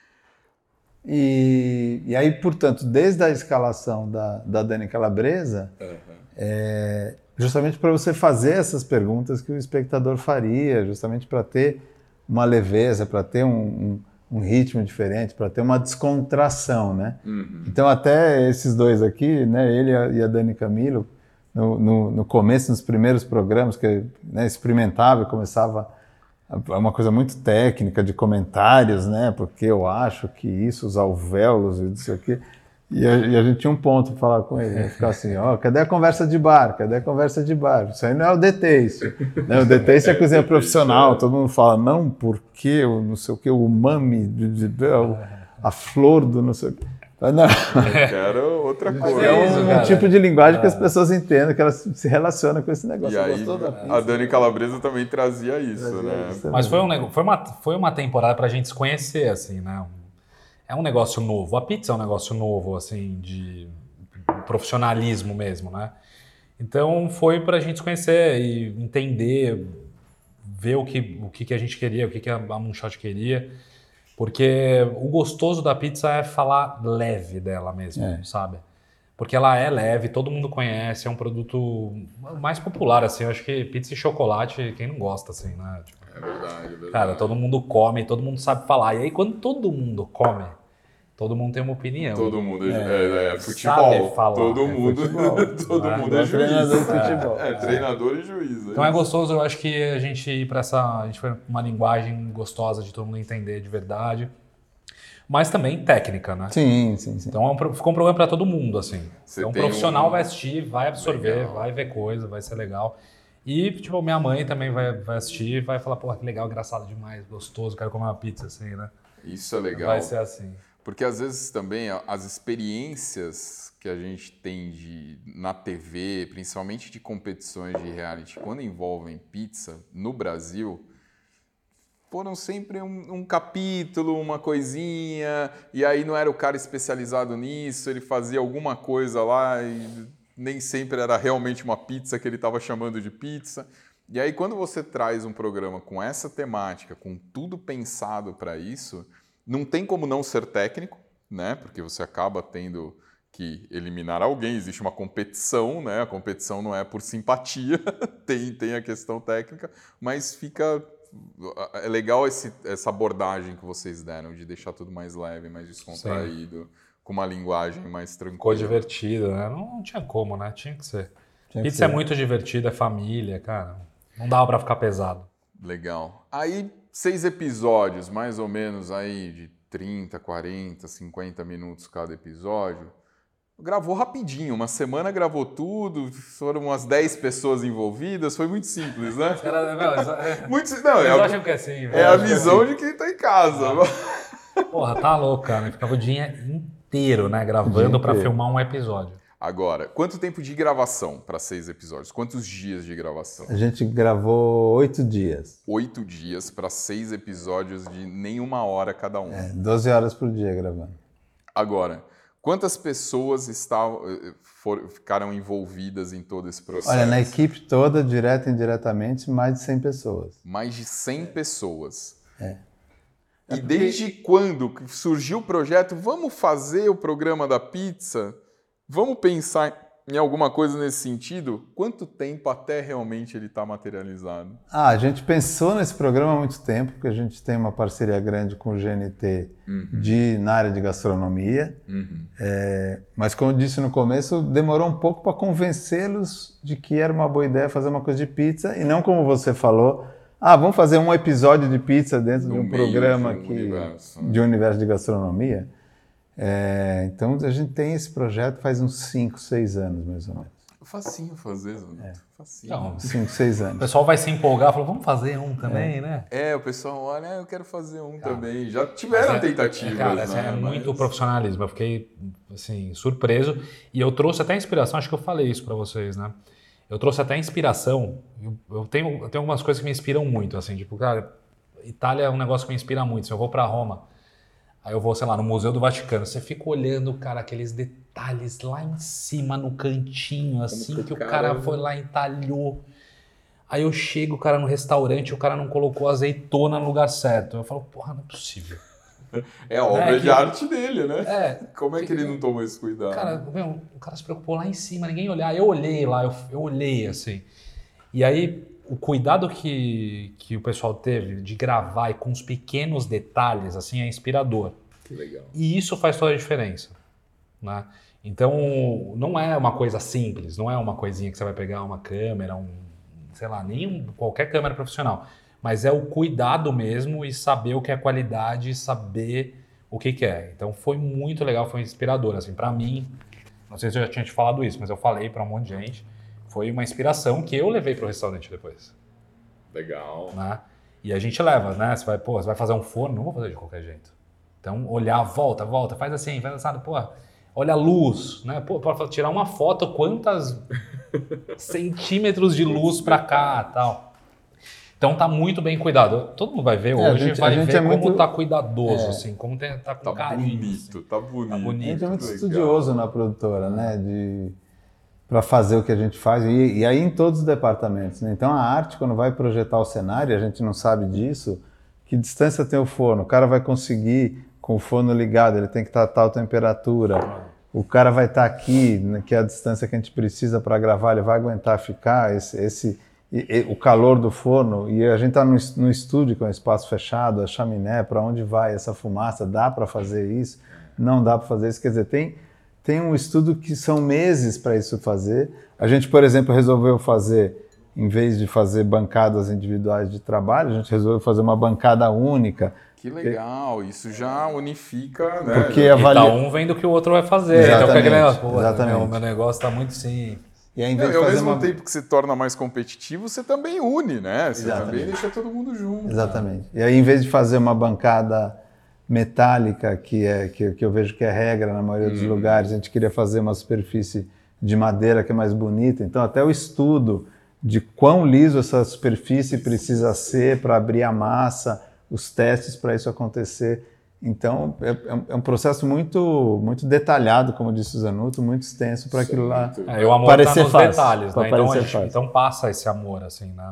E, e aí, portanto, desde a escalação da, da Dani Calabresa, é, justamente para você fazer essas perguntas que o espectador faria, justamente para ter uma leveza, para ter um, um, um ritmo diferente, para ter uma descontração, né? Uhum. Então, até esses dois aqui, né, ele e a- e a Dani Camilo, no, no, no começo, nos primeiros programas, que né, experimentava e começava a- uma coisa muito técnica de comentários, né, porque eu acho que isso, os alvéolos e isso aqui, e a, e a gente tinha um ponto para falar com ele, ficar assim, ó, cadê a conversa de bar? Cadê a conversa de bar? Isso aí não é o D-Taste. Né? O D-Taste é cozinha profissional, todo mundo fala, não, porque o não sei o que, o umami, de- de- a flor do não sei o que. Não. Eu quero outra coisa. É isso, um, cara. tipo de linguagem que as pessoas entendem, que elas se relacionam com esse negócio. E aí, Gostou da pizza? a Dani Calabresa também trazia isso, Trazia né? isso. Mas foi, um, nego- foi, uma, foi uma temporada pra gente se conhecer, assim, né? É um negócio novo. A pizza é um negócio novo, assim, de profissionalismo mesmo, né? Então foi pra gente se conhecer e entender, ver o que, o que, que a gente queria, o que, que a Moonshot queria. Porque o gostoso da pizza é falar leve dela mesmo, É. sabe? Porque ela é leve, todo mundo conhece, é um produto mais popular, assim. Eu acho que pizza e chocolate, quem não gosta, assim, né? Tipo, É verdade, é verdade. cara, todo mundo come, todo mundo sabe falar. E aí, quando todo mundo come, todo mundo tem uma opinião. Todo mundo é, É, é, é futebol. sabe falar, todo é mundo, futebol. todo É, mundo é igual juiz. treinador de futebol. É, é, treinador e juiz. Então é gostoso, eu acho que a gente ir pra essa. A gente foi uma linguagem gostosa de todo mundo entender de verdade. Mas também técnica, né? Sim, sim, sim. Então é um pro- ficou um programa pra todo mundo, assim. Você Então o tem profissional um- vai assistir, vai absorver, Legal. vai ver coisa, vai ser legal. E, tipo, minha mãe também vai, vai assistir e vai falar, porra, que legal, engraçado demais, gostoso, quero comer uma pizza, assim, né? Isso é legal. Vai ser assim. Porque às vezes também a- as experiências que a gente tem de, na T V, principalmente de competições de reality, quando envolvem pizza no Brasil, foram sempre um, um capítulo, uma coisinha, e aí não era o cara especializado nisso, ele fazia alguma coisa lá e nem sempre era realmente uma pizza que ele estava chamando de pizza. E aí quando você traz um programa com essa temática, com tudo pensado para isso, não tem como não ser técnico, né? Porque você acaba tendo que eliminar alguém, existe uma competição, né? A competição não é por simpatia, tem, tem a questão técnica, mas fica... É legal esse, essa abordagem que vocês deram, de deixar tudo mais leve, mais descontraído, com uma linguagem mais Ficou tranquila. divertido, né? Não, não tinha como, né? Tinha que ser. Tinha que Pizza é ser. muito divertida, é família, cara. Não dava pra ficar pesado. Legal. Aí, seis episódios, mais ou menos aí de trinta, quarenta, cinquenta minutos cada episódio. Gravou rapidinho, uma semana gravou tudo, foram umas dez pessoas envolvidas, foi muito simples, né? Cara, não, é, Muito, sim- não, é, eu a, acho que é assim. é a visão de quem tá em casa. Porra, tá louco, cara. Ficava o dia inteiro, né? Gravando dia pra inteiro. filmar um episódio. Agora, quanto tempo de gravação para seis episódios? Quantos dias de gravação? A gente gravou oito dias. Oito dias para seis episódios de nenhuma hora cada um. É, doze horas por dia gravando. Agora, quantas pessoas estavam, eh, for- ficaram envolvidas em todo esse processo? Olha, na equipe toda, direta e indiretamente, mais de cem pessoas. Mais de cem pessoas. É. E desde quando que surgiu o projeto? Vamos fazer o programa da pizza? Vamos pensar em alguma coisa nesse sentido? Quanto tempo até realmente ele está materializado? Ah, a gente pensou nesse programa há muito tempo, porque a gente tem uma parceria grande com o G N T de, na área de gastronomia. É, mas, como eu disse no começo, demorou um pouco para convencê-los de que era uma boa ideia fazer uma coisa de pizza, e não como você falou, ah, vamos fazer um episódio de pizza dentro No de um meio programa de um que, universo, né? de um universo de gastronomia. É, então, a gente tem esse projeto faz uns cinco, seis anos, mais ou menos. Facinho fazer, Zanotto. Facinho. Não, cinco, seis o anos. pessoal vai se empolgar e falar, vamos fazer um também, né? É, o pessoal olha, ah, eu quero fazer um também. Já tiveram tentativas, Cara, essa né? é muito Mas- profissionalismo. Eu fiquei, assim, surpreso. E eu trouxe até inspiração, acho que eu falei isso pra vocês, né? Eu trouxe até inspiração. Eu, eu tenho, eu tenho algumas coisas que me inspiram muito, assim, tipo, cara, Itália é um negócio que me inspira muito. Se eu vou pra Roma, aí eu vou, sei lá, no Museu do Vaticano, você fica olhando, cara, aqueles detalhes lá em cima, no cantinho, assim, que que o o cara- cara foi lá e entalhou. Aí eu chego, cara, no restaurante, o cara não colocou azeitona no lugar certo. Eu falo, porra, não é possível. É a obra É, de que- arte dele, né? É, Como é que ele não tomou esse cuidado? cara, meu, o cara se preocupou lá em cima, ninguém olhar. Eu olhei lá, eu, eu olhei assim. E aí, o cuidado que, que o pessoal teve de gravar e com os pequenos detalhes, assim, é inspirador. Que legal. E isso faz toda a diferença, né? Então, não é uma coisa simples, não é uma coisinha que você vai pegar uma câmera, um, sei lá, nem um, qualquer câmera profissional, mas é o cuidado mesmo e saber o que é qualidade e saber o que que é. Então, foi muito legal, foi inspirador, assim, para mim, não sei se eu já tinha te falado isso, mas eu falei para um monte de gente, foi uma inspiração que eu levei para o restaurante depois, Legal. né? E a gente leva, né? Você vai, pô, você vai fazer um forno, não vou fazer de qualquer jeito. Então, olhar, volta, volta, faz assim, faz assim, pô, olha a luz, né? Pô, para tirar uma foto, quantas centímetros de luz para cá, tal. Então tá muito bem cuidado. Todo mundo vai ver É, hoje, a gente- vai a gente ver é como muito- tá cuidadoso, é. assim, como tem, tá com Tá carinho. bonito, assim. tá bonito. Tá bonito. A gente é muito Legal. estudioso na produtora, né? De para fazer o que a gente faz e, e aí em todos os departamentos, né? Então a arte, quando vai projetar o cenário, a gente não sabe disso, que distância tem o forno. O cara vai conseguir com o forno ligado, ele tem que estar a tal temperatura. O cara vai estar aqui, né, que é a distância que a gente precisa para gravar, ele vai aguentar ficar esse, esse e, e, o calor do forno. E a gente está no, no estúdio com o espaço fechado, a chaminé, para onde vai essa fumaça? Dá para fazer isso? Não dá para fazer isso. Quer dizer, tem tem um estudo que são meses para isso fazer. A gente, por exemplo, resolveu fazer, em vez de fazer bancadas individuais de trabalho, a gente resolveu fazer uma bancada única. Que legal, isso já unifica, né? Porque E avalia... tá um vendo o que o outro vai fazer. Exatamente, Então fica aquele negócio, pô, exatamente. meu, meu negócio tá muito sim. E aí, em Não, vez e ao de fazer mesmo uma... tempo que se torna mais competitivo, você também une, né? Você Exatamente. também deixa todo mundo junto. Exatamente. E aí, em vez de fazer uma bancada metálica, que, é, que, que eu vejo que é regra na maioria dos Hum. lugares, a gente queria fazer uma superfície de madeira que é mais bonita. Então, até o estudo de quão liso essa superfície precisa ser para abrir a massa, os testes para isso acontecer. Então, é, é um processo muito, muito detalhado, como disse o Zanuto, muito extenso para aquilo lá. É, e o amor Parecer tá nos fácil, detalhes, pra né? Então, a parecer gente, fácil. então passa esse amor, assim, né?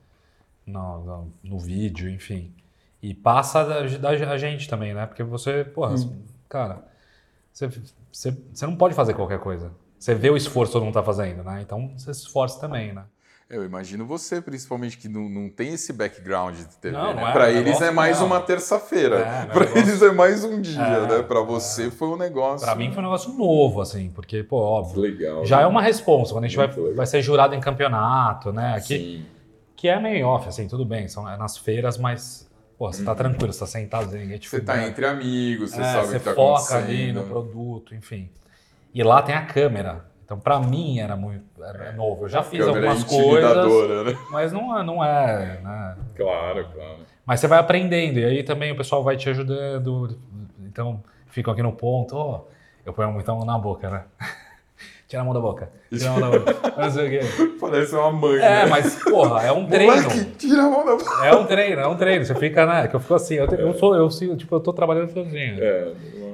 No, no, no, no vídeo, enfim. E passa da, da gente também, né? Porque você, porra, cara, você, você, você não pode fazer qualquer coisa. Você vê o esforço que todo mundo tá fazendo, né? Então você se esforça também, né? Eu imagino você, principalmente, que não, não tem esse background de T V, Não, né? não é, Para o eles negócio é mais não. uma terça-feira. É, meu Para negócio- eles é mais um dia, É, né? Para é. você foi um negócio... Pra mim foi um negócio novo, assim, porque, pô, óbvio. legal. Já né? é uma responsa, quando a gente vai, Muito legal. vai ser jurado em campeonato, né? Aqui, Sim. que é meio off, assim, tudo bem, são é nas feiras, mas, pô, você tá tranquilo, você tá sentado, ninguém te Você tá fudendo. entre amigos, você É, sabe o você que tá foca acontecendo. ali no produto, enfim. E lá tem a câmera. Então, pra mim, era muito era novo. Eu já fiz Câmera algumas coisas, intimidadora, né? mas não é, não é, né? Claro, claro. Mas você vai aprendendo, e aí também o pessoal vai te ajudando. Então, ficam aqui no ponto, ó, eu ponho muito a mão na boca, né? Tira a mão da boca. Tira a mão da boca. Não sei o quê. Parece uma mãe, É, né? mas, porra, é um treino. Moleque, tira a mão da boca. É um treino, é um treino. Você fica, né? Que eu fico assim, eu, te- eu sou, eu sigo, tipo, eu tô trabalhando sozinho. É,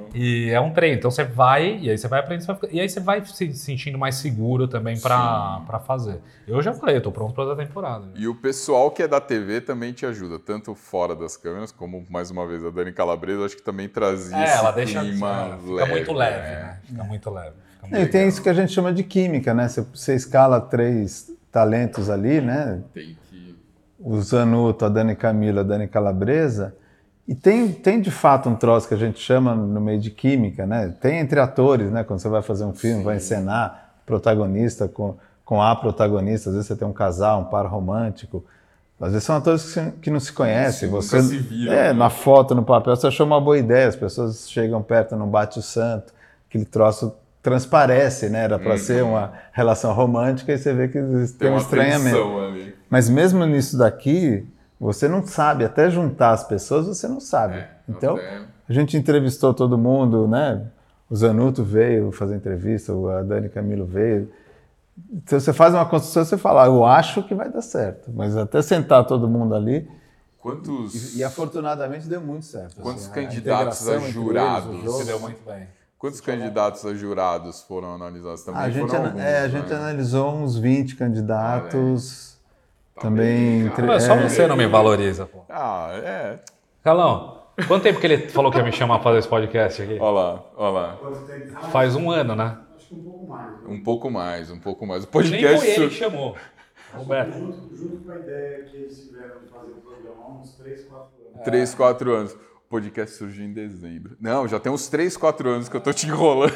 E é um treino. Então você vai, e aí você vai aprendendo, você vai ficar- e aí você vai se sentindo mais seguro também pra, pra fazer. Eu já falei, eu tô pronto pra outra temporada. E o pessoal que é da T V também te ajuda, tanto fora das câmeras, como, mais uma vez, a Dani Calabresa, acho que também trazia É, esse ela deixa. clima Fica leve. muito leve, né? né? Fica muito leve. Fica muito E tem legal. isso que a gente chama de química, né? Você, você escala três talentos ali, né? Tem que... O Zanuto, a Dani Camilo, a Dani Calabresa, e tem, tem de fato um troço que a gente chama no meio de química, né? Tem entre atores, né? Quando você vai fazer um filme, Sim. vai encenar protagonista com, com a protagonista, às vezes você tem um casal, um par romântico, às vezes são atores que, se- que não se conhecem. Sim, você, nunca se viram, é, né? na foto, no papel, você achou uma boa ideia, as pessoas chegam perto, não bate o santo, aquele troço transparece, né? Era para ser uma relação romântica e você vê que tem, Tem um uma estranhamento. tensão ali. Mas mesmo nisso daqui, você não sabe, até juntar as pessoas você não sabe. É, então, até- a gente entrevistou todo mundo, né? O Zanuto veio fazer entrevista, a Dani Camilo veio. Então, você faz uma construção, você fala, eu acho que vai dar certo. Mas até sentar todo mundo ali... Quantos, E, e afortunadamente deu muito certo. Quantos assim, candidatos integração a entre jurados? eles, o jogo. Se deu muito bem. quantos candidatos a jurados foram analisados? Também A gente, foram ana- alguns, é, a né? gente analisou uns vinte candidatos. Tá também... bem, entre- Mas só é, você não me valoriza, pô. Ah, é. Calão, quanto tempo que ele falou que ia me chamar pra fazer esse podcast aqui? Olha lá, olha lá. Quanto tempo? Faz um ano, né? Acho que um pouco mais. Um pouco mais, um pouco mais. O Nem podcast... foi ele sur- que chamou. Roberto. Junto, junto com a ideia que eles tiveram de fazer o programa há uns três, quatro anos. três, quatro anos. O podcast surgiu em dezembro. Não, já tem uns três, quatro anos que eu tô te enrolando.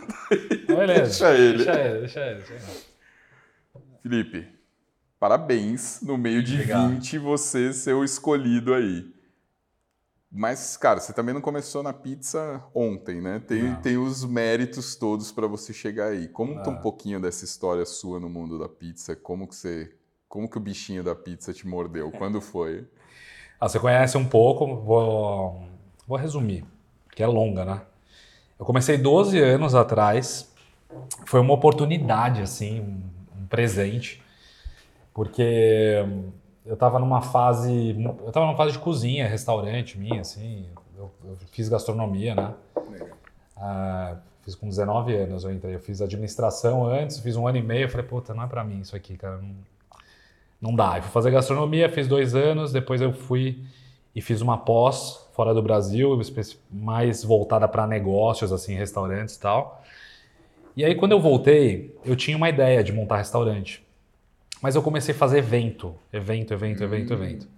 Beleza. Deixa ele. Deixa ele, deixa ele. Deixa ele. Felipe, parabéns. No meio de Obrigado. vinte, você ser o escolhido aí. Mas, cara, você também não começou na pizza ontem, né? Tem, Não. tem os méritos todos para você chegar aí. Conta Ah. um pouquinho dessa história sua no mundo da pizza. Como que você, como que o bichinho da pizza te mordeu? Quando foi? Ah, você conhece um pouco, vou, vou resumir. que é longa, né? Eu comecei doze anos atrás, foi uma oportunidade, assim, um, um presente, porque eu estava numa fase, eu estava numa fase de cozinha, restaurante minha, assim, eu, eu fiz gastronomia, né? Ah, fiz com dezenove anos, eu entrei, eu fiz administração antes, fiz um ano e meio, eu falei, puta, não é pra mim isso aqui, cara, não, não dá. Eu fui fazer gastronomia, fiz dois anos, depois eu fui e fiz uma pós fora do Brasil, mais voltada para negócios, assim, restaurantes e tal. E aí, quando eu voltei, eu tinha uma ideia de montar restaurante. Mas eu comecei a fazer evento, evento, evento, evento, hum. evento.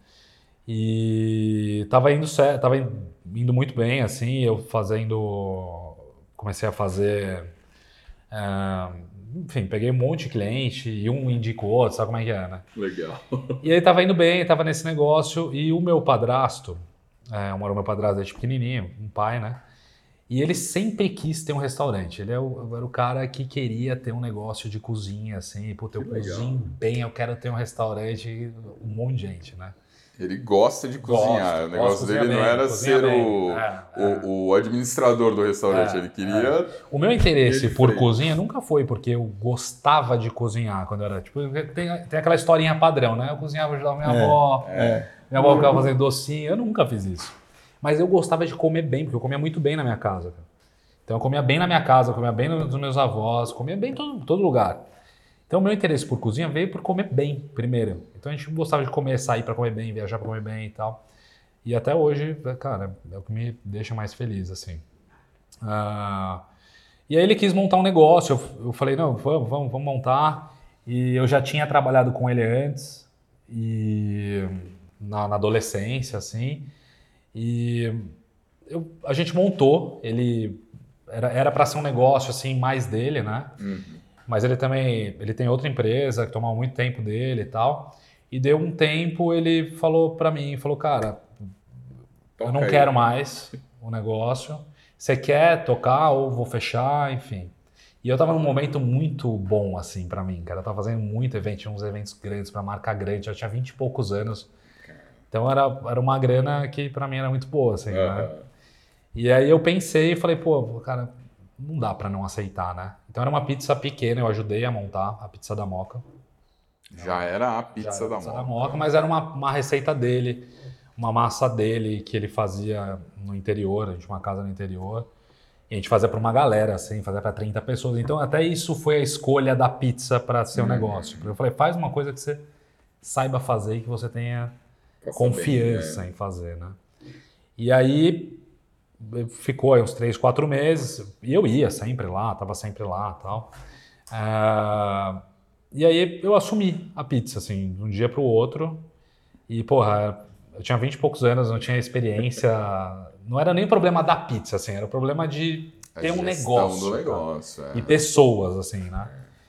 E tava indo, tava indo muito bem, assim, eu fazendo... Comecei a fazer... Uh, enfim, peguei um monte de cliente e um indicou outro, sabe como é que é, né? Legal. E aí tava indo bem, tava nesse negócio, e o meu padrasto, é, o meu padrasto desde pequenininho, um pai, né? E ele sempre quis ter um restaurante. Ele é o, era o cara que queria ter um negócio de cozinha, assim. Puta, eu cozinho bem, eu quero ter um restaurante, um monte de gente, né? Ele gosta de cozinhar. Gosto, o negócio dele bem, não era ser o, é, o, é. o administrador do restaurante. É, ele queria... É. O meu interesse por frente. cozinha nunca foi porque eu gostava de cozinhar. Quando eu era, tipo, tem, tem aquela historinha padrão, né? Eu cozinhava, ajudava minha é, avó. É. Minha avó ficava fazendo docinho. Eu nunca fiz isso. Mas eu gostava de comer bem, porque eu comia muito bem na minha casa. Então eu comia bem na minha casa, eu comia bem nos meus avós, comia bem em todo, todo lugar. Então o meu interesse por cozinha veio por comer bem, primeiro. Então a gente gostava de comer, sair para comer bem, viajar para comer bem e tal. E até hoje, cara, é o que me deixa mais feliz, assim. Ah, e aí ele quis montar um negócio, eu, eu falei, não, vamos, vamos, vamos montar. E eu já tinha trabalhado com ele antes, e na, na adolescência, assim. E eu, a gente montou, ele era para ser um negócio assim mais dele, né? Uhum. Mas ele também ele tem outra empresa que tomava muito tempo dele e tal. E deu um tempo, ele falou para mim, falou, cara, eu não quero mais o negócio. Você quer tocar ou vou fechar, enfim. E eu tava num momento muito bom assim para mim, cara. Eu tava fazendo muito evento, tinha uns eventos grandes para marca grande, eu tinha vinte e poucos anos. Então era, era uma grana que para mim era muito boa, assim, uhum. né? E aí eu pensei e falei, pô, cara, não dá para não aceitar, né? Então era uma pizza pequena, eu ajudei a montar a pizza da Moca. Já era a pizza, era a da, pizza Moca. da Moca, mas era uma, uma receita dele, uma massa dele que ele fazia no interior, a gente tinha uma casa no interior. E a gente fazia para uma galera, assim, fazia para trinta pessoas. Então até isso foi a escolha da pizza para ser um hum. negócio. Eu falei, faz uma coisa que você saiba fazer e que você tenha Passa confiança bem, é. em fazer, né? E aí ficou aí uns três, quatro meses, e eu ia sempre lá, tava sempre lá e tal. Uh, e aí eu assumi a pizza, assim, de um dia pro outro. E, porra, eu tinha vinte e poucos anos, não tinha experiência. Não era nem o problema da pizza, assim, era o problema de ter um negócio. Do negócio é. E pessoas, assim, né?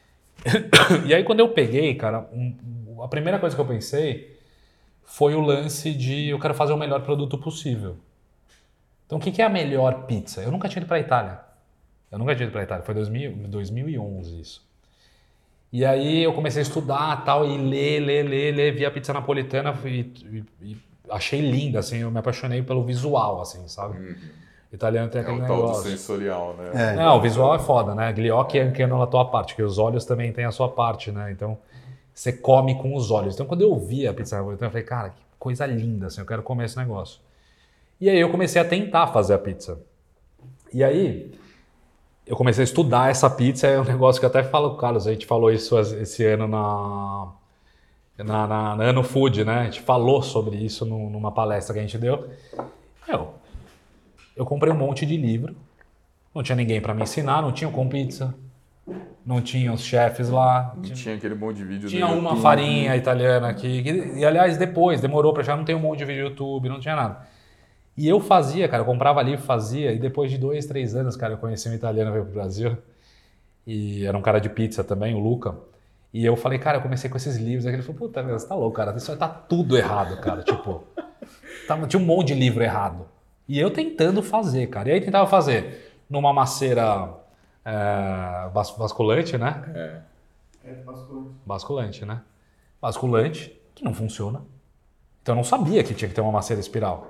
E aí quando eu peguei, cara, um, a primeira coisa que eu pensei foi o lance de eu quero fazer o melhor produto possível. Então, o que é a melhor pizza? Eu nunca tinha ido para a Itália. Eu nunca tinha ido para a Itália. Foi em dois mil e onze isso. E aí eu comecei a estudar tal, e ler, ler, ler, ler. Vi a pizza napolitana e, e, e achei linda, assim. Eu me apaixonei pelo visual, assim, sabe? Uhum. O italiano tem aquele é o negócio. Tal do sensorial, né? É, Não, o visual é foda, né? Gliocchi é anche na tua parte, que os olhos também têm a sua parte, né? Então, você come com os olhos. Então, quando eu vi a pizza napolitana, eu falei, cara, que coisa linda, assim. Eu quero comer esse negócio. E aí eu comecei a tentar fazer a pizza. E aí eu comecei a estudar essa pizza, é um negócio que eu até falo com o Carlos, a gente falou isso esse ano na, na, na, na Ano Food, né? A gente falou sobre isso no, numa palestra que a gente deu. Eu, eu comprei um monte de livro, não tinha ninguém para me ensinar, não tinha o Com Pizza, não tinha os chefes lá. Não tinha, tinha aquele monte de vídeo Tinha do uma YouTube. farinha italiana aqui, e, e aliás depois, demorou para já não ter um monte de vídeo do YouTube, não tinha nada. E eu fazia, cara, eu comprava livro, fazia, e depois de dois, três anos, cara, eu conheci um italiano que veio pro Brasil, e era um cara de pizza também, o Luca, e eu falei, cara, eu comecei com esses livros, aí ele falou, puta, você tá louco, cara, isso tá tudo errado, cara, tipo, tá, tinha um monte de livro errado. E eu tentando fazer, cara, e aí tentava fazer numa maceira é, bas, basculante, né? É. É, basculante. Basculante, né? Basculante, que não funciona. Então eu não sabia que tinha que ter uma maceira espiral.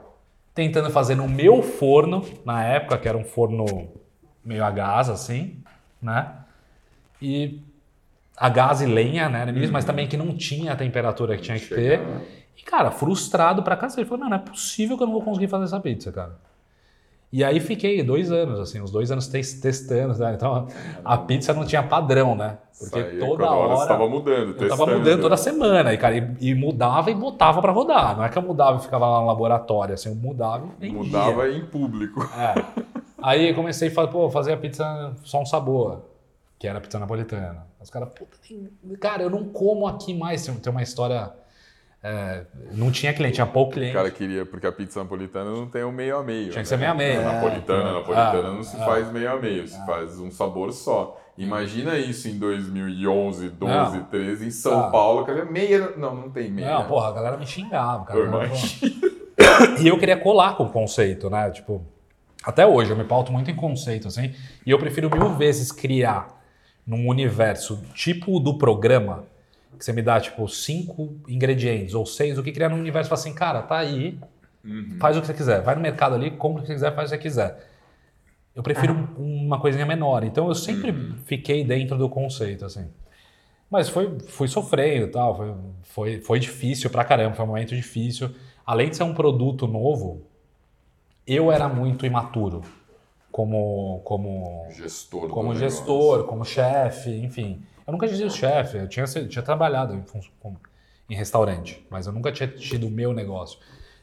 tentando fazer no meu forno, na época, que era um forno meio a gás, assim, né? E a gás e lenha, né? Uhum. Mas também que não tinha a temperatura que tinha que ter. E, cara, frustrado pra cacete. Ele falou, não, não é possível que eu não vou conseguir fazer essa pizza, cara. E aí fiquei dois anos, assim, uns dois anos testando, né? Então a pizza não tinha padrão, né? Porque Saía, toda hora... hora... você estava mudando, testando. Eu tava mudando toda semana, e, cara, e, e mudava e botava pra rodar. Não é que eu mudava e ficava lá no laboratório, assim, eu mudava e vendia. Mudava em público. É. Aí comecei a falar, pô, fazer a pizza só um sabor, que era a pizza napolitana. Os caras, puta, cara, eu não como aqui mais. Tem uma história... É, não tinha cliente, tinha pouco cliente. O cara queria, porque a pizza napolitana não tem um meio a meio. Tinha né? que ser meio a meio. A napolitana, é, napolitana é, não se é, faz meio a meio, se é, faz um sabor só. Imagina isso em dois mil e onze, doze, não, treze, em São ah, Paulo, que é meia... Não, não tem meia. Não, porra, a galera me xingava, cara. Eu E eu queria colar com o conceito, né? Tipo, até hoje eu me pauto muito em conceito, assim, e eu prefiro mil vezes criar num universo tipo do programa, que você me dá, tipo, cinco ingredientes ou seis, o que criar num universo e falar assim, cara, tá aí, uhum. faz o que você quiser. Vai no mercado ali, compra o que você quiser, faz o que você quiser. Eu prefiro uma coisinha menor. Então, eu sempre uhum. fiquei dentro do conceito, assim. Mas foi, fui sofrendo e tal, foi, foi, foi difícil pra caramba, foi um momento difícil. Além de ser um produto novo, eu era muito imaturo como, como gestor, como, gestor, como chefe, enfim. Eu nunca tinha sido chefe, eu tinha, tinha trabalhado em, em restaurante, mas eu nunca tinha tido o meu negócio.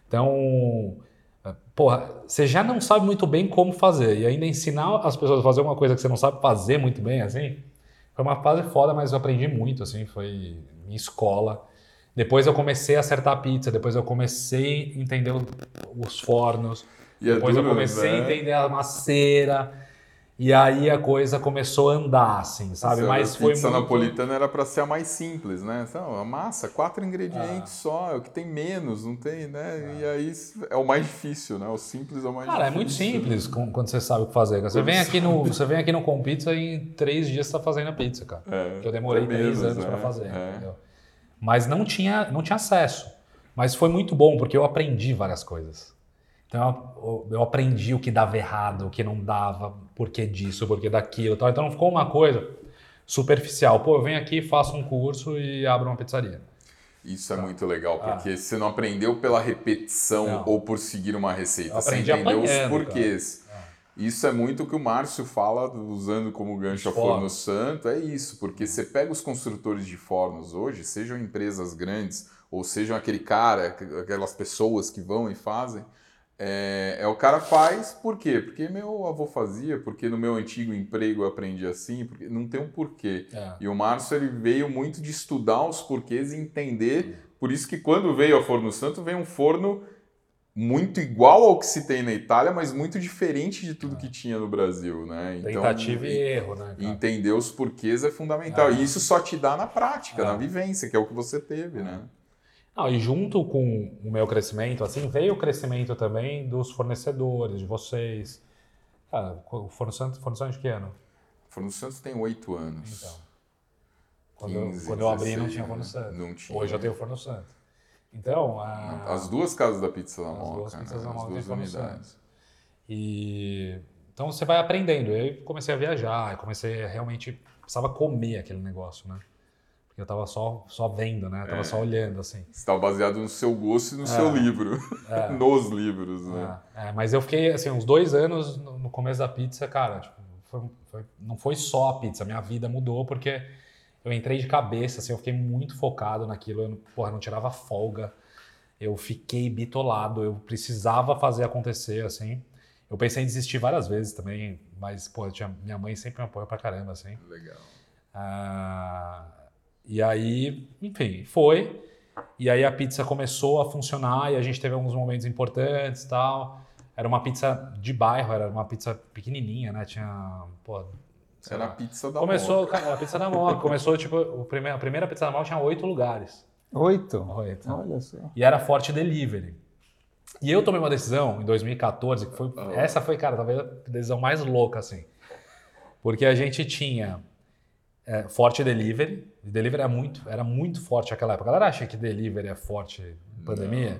Então, porra, você já não sabe muito bem como fazer, e ainda ensinar as pessoas a fazer uma coisa que você não sabe fazer muito bem, assim, foi uma fase foda, mas eu aprendi muito, assim, foi minha escola. Depois eu comecei a acertar a pizza, depois eu comecei a entender os fornos, e depois é duro, eu comecei né? a entender a maceira. E aí a coisa começou a andar, assim, sabe? Essa Mas foi pizza muito... napolitana era para ser a mais simples, né? Então, a massa, quatro ingredientes ah. só, é o que tem menos, não tem, né? Ah. E aí é o mais difícil, né? O simples é o mais Cara, difícil. Cara, é muito simples quando você sabe o que fazer. Você vem, aqui no, você vem aqui no Com Pizza e em três dias você tá fazendo a pizza, cara. É, que eu demorei três menos, anos é, para fazer, é. entendeu? Mas não tinha, não tinha acesso. Mas foi muito bom, porque eu aprendi várias coisas. Então eu aprendi o que dava errado, o que não dava, por que disso, por que daquilo. Tal. Então não ficou uma coisa superficial. Pô, eu venho aqui, faço um curso e abro uma pizzaria. Isso é tá. muito legal, porque ah. você não aprendeu pela repetição não. ou por seguir uma receita. Você entendeu os porquês. Ah. Isso é muito o que o Márcio fala, usando como gancho a Forno Santo. É isso, porque você pega os construtores de fornos hoje, sejam empresas grandes ou sejam aquele cara, aquelas pessoas que vão e fazem, É, é o cara faz, por quê? Porque meu avô fazia, porque no meu antigo emprego eu aprendi assim, porque não tem um porquê. É. E o Márcio ele veio muito de estudar os porquês e entender, por isso que quando veio a Forno Santo, veio um forno muito igual ao que se tem na Itália, mas muito diferente de tudo é. que tinha no Brasil, né? Então, tentativa e erro, né? Cara? Entender os porquês é fundamental. É. E isso só te dá na prática, é. na vivência, que é o que você teve, é. né? Ah, e junto com o meu crescimento, assim, veio o crescimento também dos fornecedores, de vocês. Ah, o Forno Santos, Forno Santos de que ano? O Forno Santos tem oito anos. Então, quando, quinze, eu, quando eu abri não tinha Forno Santos. Não tinha. Hoje eu tenho Forno Santos. Então, a... As duas casas da Pizza da Moca. As duas pizzas né? da Moca tem Forno Santos. E... Então você vai aprendendo. Eu comecei a viajar, eu comecei a realmente... Precisava comer aquele negócio, né? Eu tava só, só vendo, né? Eu tava é. só olhando, assim. Você estava baseado no seu gosto e no é. seu livro. É. Nos livros, né? É. É, mas eu fiquei, assim, uns dois anos no começo da pizza, cara, tipo, foi, foi, não foi só a pizza, minha vida mudou porque eu entrei de cabeça, assim, eu fiquei muito focado naquilo, eu porra, não tirava folga, eu fiquei bitolado, eu precisava fazer acontecer, assim. Eu pensei em desistir várias vezes também, mas, pô, tinha, minha mãe sempre me apoia pra caramba, assim. Legal. Ah... E aí, enfim, foi. E aí a pizza começou a funcionar e a gente teve alguns momentos importantes e tal. Era uma pizza de bairro, era uma pizza pequenininha, né? Tinha, pô... Era a pizza da Começou, Moca. Era a pizza da Moca. Começou, tipo, o primeiro, a primeira pizza da Moca tinha oito lugares. Oito? Oito. Olha só. E era forte delivery. E eu tomei uma decisão em dois mil e quatorze, que foi... Oh. Essa foi, cara, talvez a decisão mais louca, assim. Porque a gente tinha... É, forte delivery. Delivery era muito, era muito forte naquela época. A galera acha que delivery é forte em pandemia. Não.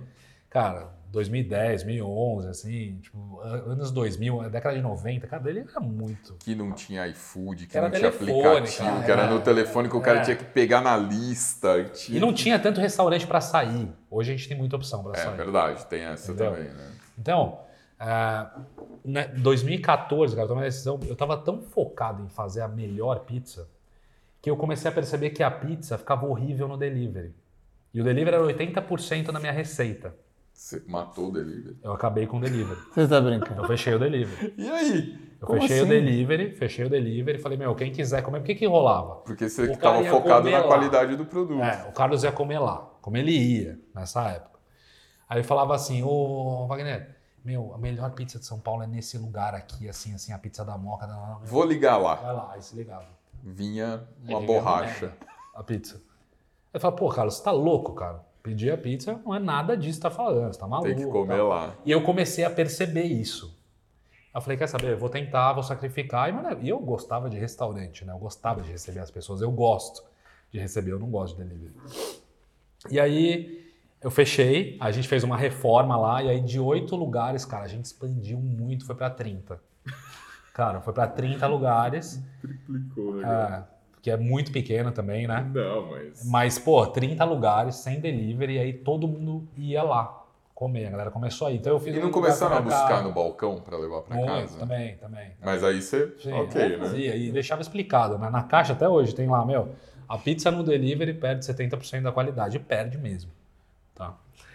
cara, dois mil e dez, dois mil e onze, assim, tipo, anos dois mil, década de noventa, cara, dele era muito. Que não tinha iFood, que Era não tinha telefone, aplicativo, cara, que era é, no telefone que o cara é. tinha que pegar na lista. Tinha... E não tinha tanto restaurante para sair. Hoje a gente tem muita opção para É sair. verdade, tem essa Entendeu? também, né? Então, uh, né, dois mil e quatorze, cara, eu tomei uma decisão, eu tava tão focado em fazer a melhor pizza que eu comecei a perceber que a pizza ficava horrível no delivery. E o delivery era oitenta por cento na minha receita. Você matou o delivery. Eu acabei com o delivery. Você tá brincando? Eu fechei o delivery. E aí? Eu Como fechei assim? o delivery, fechei o delivery e falei, meu, quem quiser comer, por que que rolava? Porque você O estava cara ia focado comer na lá. qualidade do produto. É, o Carlos ia comer lá, como ele ia nessa época. Aí ele falava assim, ô Wagner, meu, a melhor pizza de São Paulo é nesse lugar aqui, assim, assim, a pizza da Moca. Da... Vou ligar lá. Vai lá, aí se ligava. Vinha uma Aí borracha. ligava, a pizza. Eu falava, pô, Carlos, você tá louco, cara? Pedir a pizza não é nada disso que tá falando, você tá maluco. Tem que comer tá? lá. E eu comecei a perceber isso. Eu falei, quer saber, eu vou tentar, vou sacrificar. E, mano, eu gostava de restaurante, né? Eu gostava de receber as pessoas, eu gosto de receber, eu não gosto de delivery. E aí, eu fechei, a gente fez uma reforma lá, e aí de oito lugares, cara, a gente expandiu muito, foi pra trinta. Cara, foi pra trinta lugares. Triplicou, É, que é muito pequeno também, né? Não, mas... Mas, pô, trinta lugares, sem delivery, e aí todo mundo ia lá comer, a galera começou aí. Então eu fiz E um não lugar começaram a pra cá. buscar no balcão para levar para Muito, casa? também, também. Mas aí você... Sim, ok, eu né? fazia e deixava explicado, né? Na caixa até hoje tem lá, meu, a pizza no delivery perde setenta por cento da qualidade, e perde mesmo, tá?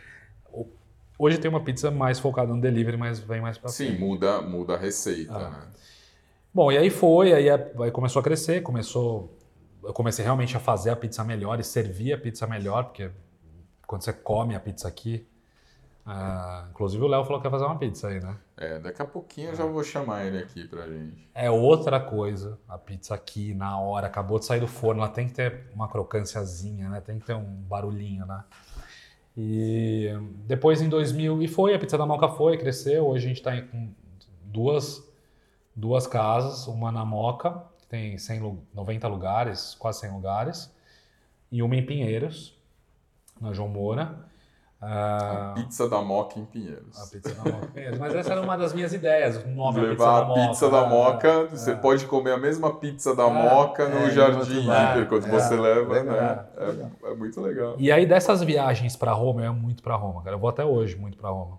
Hoje tem uma pizza mais focada no delivery, mas vem mais pra Sim, frente. muda, muda a receita, Ah. né? Bom, e aí foi, aí, aí começou a crescer, começou... Eu comecei realmente a fazer a pizza melhor e servir a pizza melhor, porque quando você come a pizza aqui... Uh, inclusive o Léo falou que ia fazer uma pizza aí, né? É, daqui a pouquinho eu já vou chamar ele aqui pra gente. É outra coisa, a pizza aqui na hora, acabou de sair do forno, ela tem que ter uma crocânciazinha, né? Tem que ter um barulhinho, né? E depois em dois mil, e foi, a pizza da Moca foi, cresceu, hoje a gente tá com duas, duas casas, uma na Moca, que tem cem, noventa lugares, quase cem lugares, e uma em Pinheiros, na João Moura. A pizza da Moca em Pinheiros. A pizza da Moca em Pinheiros. Mas essa era uma das minhas ideias, o nome é Levar a Moca, pizza da Moca, é, você é. pode comer a mesma pizza da É, Moca no é, Jardim em outro Hiper, quando é, você é, leva, legal, né? legal. É, é muito legal. E aí dessas viagens para Roma, eu ia muito para Roma, cara. Eu vou até hoje muito para Roma.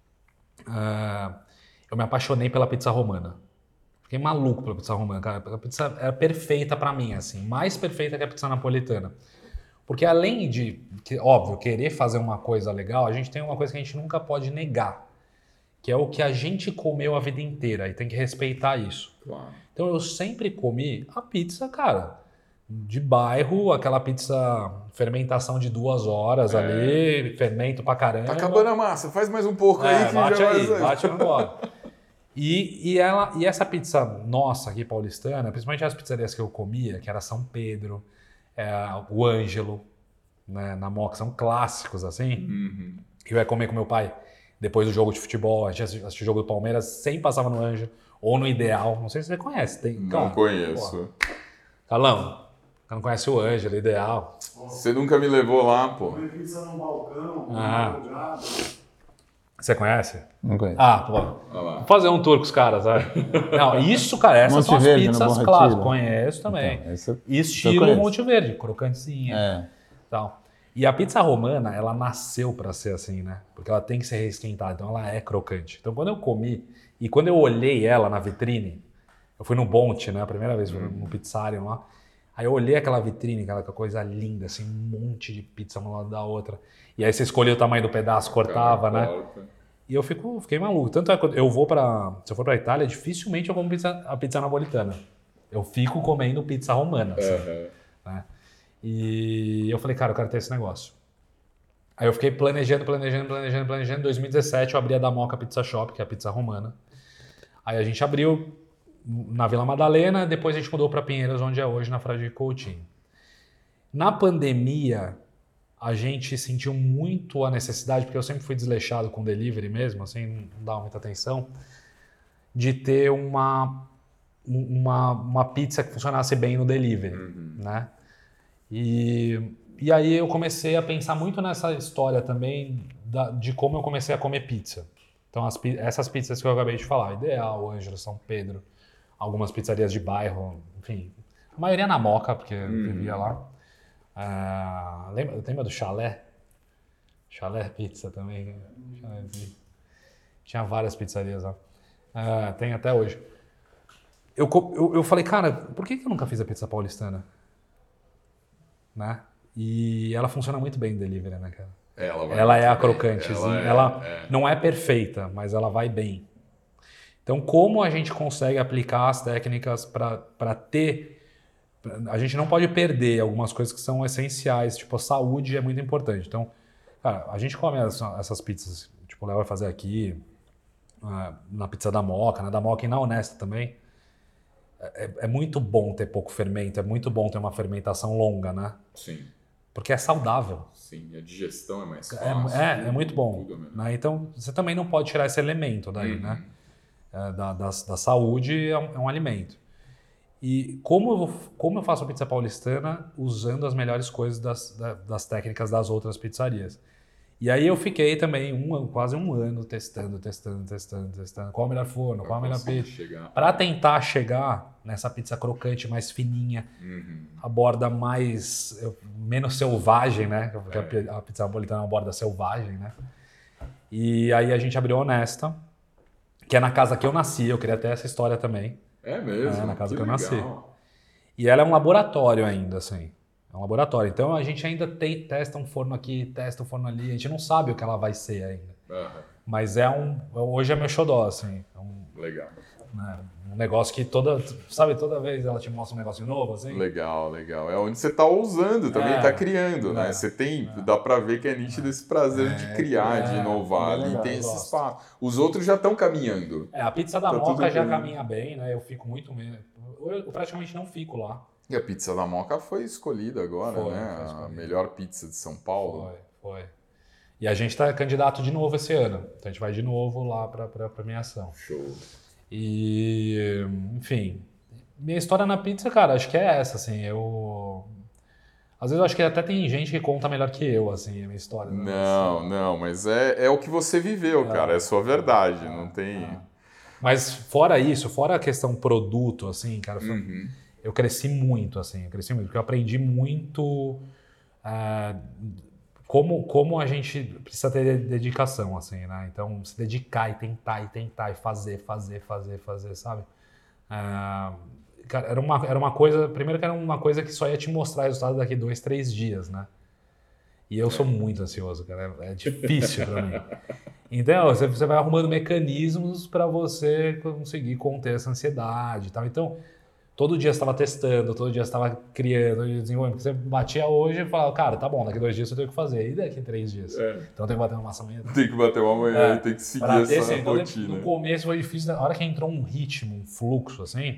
Uh, eu me apaixonei pela pizza romana. Fiquei maluco pela pizza romana, cara. A pizza era perfeita para mim, assim, mais perfeita que a pizza napolitana. Porque além de, que, óbvio, querer fazer uma coisa legal, a gente tem uma coisa que a gente nunca pode negar, que é o que a gente comeu a vida inteira e tem que respeitar isso. Claro. Então eu sempre comi a pizza, cara, de bairro, aquela pizza fermentação de duas horas É. ali, fermento pra caramba. Tá acabando a massa, faz mais um pouco É, aí que bate já aí, vai... bate embora. E, e, ela, e essa pizza nossa aqui paulistana, principalmente as pizzarias que eu comia, que era São Pedro, é, o Ângelo, né, na Moca, são clássicos assim. Uhum. Eu ia comer com meu pai depois do jogo de futebol, a gente assistiu o jogo do Palmeiras, sempre passava no Ângelo, ou no Ideal, não sei se você conhece. Tem, Não cara, conheço. pô. Carlão, você não conhece o Ângelo, Ideal? Você nunca me levou lá, pô. Comer pizza no balcão, Ah. no lugar. Você conhece? Não conheço. Ah, pô. Olha lá. Vou fazer um tour com os caras, vai. Não, isso, cara, essas Monte são as Verde, no pizzas Bom clássicas. Retiro. Conheço também. Então, esse eu- Estilo conheço. Monte Verde, crocantezinha. É. Tal. E a pizza romana, ela nasceu para ser assim, né? Porque ela tem que ser reesquentada, então ela é crocante. Então quando eu comi, e quando eu olhei ela na vitrine, eu fui no Bonte, né? A primeira vez, fui no pizzarium lá. Aí eu olhei aquela vitrine, aquela coisa linda, assim, um monte de pizza uma lado da outra. E aí você escolhia o tamanho do pedaço, cortava, Cara, né? corta. E eu fico, fiquei maluco. Tanto é que eu vou para, se eu for para Itália, dificilmente eu como pizza, a pizza napolitana. Eu fico comendo pizza romana, assim, Uhum. né? E eu falei, cara, eu quero ter esse negócio. Aí eu fiquei planejando, planejando, planejando, planejando. Em dois mil e dezessete eu abri a da Moca Pizza Shop, que é a pizza romana. Aí a gente abriu na Vila Madalena, depois a gente mudou para Pinheiros, onde é hoje, na Fradique Coutinho. Na pandemia, a gente sentiu muito a necessidade, porque eu sempre fui desleixado com delivery mesmo, assim, não dava muita atenção, de ter uma, uma, uma pizza que funcionasse bem no delivery, Uhum. né? E, e aí eu comecei a pensar muito nessa história também da, de como eu comecei a comer pizza. Então as, essas pizzas que eu acabei de falar, Ideal, Ângelo, São Pedro, algumas pizzarias de bairro, enfim, a maioria na Moca, porque eu Uhum. vivia lá. Ah, lembra, lembra do Chalé? Chalé Pizza também. Chalézinho. Tinha várias pizzarias lá. Ah, tem até hoje. Eu, eu, eu falei, cara, por que eu nunca fiz a pizza paulistana? Né? E ela funciona muito bem em delivery, né, cara? Ela, vai ela é a muito bem. crocantezinha. Ela, é, ela é. não é perfeita, mas ela vai bem. Então, como a gente consegue aplicar as técnicas para ter... A gente não pode perder algumas coisas que são essenciais, tipo a saúde é muito importante. Então, cara, a gente come essa, essas pizzas, tipo o Léo vai fazer aqui, uh, na pizza da Moca, né? Da Moca e na Honesta também. É, é muito bom ter pouco fermento, é muito bom ter uma fermentação longa, né? Sim. Porque é saudável. Sim, a digestão é mais fácil. É, é, tudo, é muito bom. tudo é Né? Então, você também não pode tirar esse elemento daí, uhum. né? É, da, da, da saúde é um, é um alimento. E como eu, vou, como eu faço a pizza paulistana usando as melhores coisas das, das técnicas das outras pizzarias. E aí eu fiquei também um, quase um ano testando, testando, testando, testando. Qual o melhor forno, qual a melhor pizza. Para tentar chegar nessa pizza crocante mais fininha, uhum. a borda mais, menos selvagem, né? Porque é. a pizza napolitana é uma borda selvagem, né? E aí a gente abriu a Honesta, que é na casa que eu nasci, eu queria ter essa história também. É mesmo? É, na casa que que eu legal. nasci. E ela é um laboratório ainda, assim. É um laboratório. Então a gente ainda tem, testa um forno aqui, testa um forno ali. A gente não sabe o que ela vai ser ainda. Uhum. Mas é um... Hoje é meu xodó, assim. É um, legal. Né, um negócio que toda... Sabe, toda vez ela te mostra um negócio novo, assim. Legal, legal. É onde você está ousando, também está é, criando, é, né? Você tem... É, dá para ver que é nítido esse prazer é, de criar, é, de inovar. é Ali legal, tem esse gosto. espaço. Os outros já estão caminhando. É, a pizza da tá Moca já bem. caminha bem, né? Eu fico muito... Eu, eu praticamente não fico lá. E a pizza da Moca foi escolhida agora, foi, né? foi a melhor pizza de São Paulo. Foi, foi. E a gente está candidato de novo esse ano. Então a gente vai de novo lá para a premiação. Show. E, enfim, minha história na pizza, cara, acho que é essa, assim, eu... Às vezes eu acho que até tem gente que conta melhor que eu, assim, a minha história. Não, não, mas é, é o que você viveu, é, cara, é a sua verdade, é, não tem... É. Mas fora isso, fora a questão produto, assim, cara, uhum. eu cresci muito, assim, eu cresci muito, porque eu aprendi muito uh, como, como a gente precisa ter dedicação, assim, né? Então, se dedicar e tentar, e tentar, e fazer, fazer, fazer, fazer, sabe? Uh, cara, era uma, era uma coisa, primeiro que era uma coisa que só ia te mostrar resultado daqui dois, três dias, né? E eu sou muito ansioso, cara, é, é difícil pra mim. Então, você, você vai arrumando mecanismos para você conseguir conter essa ansiedade e tal. Então, todo dia você estava testando, todo dia você estava criando, todo dia desenvolvendo. Porque você batia hoje e falava, cara, tá bom, daqui dois dias eu tenho que fazer. E daqui três dias? É. Então, tem que bater uma massa amanhã. Tem que bater uma manhã é. e tem que seguir pra essa ter, rotina. Então, no começo foi difícil. Na hora que entrou um ritmo, um fluxo, assim,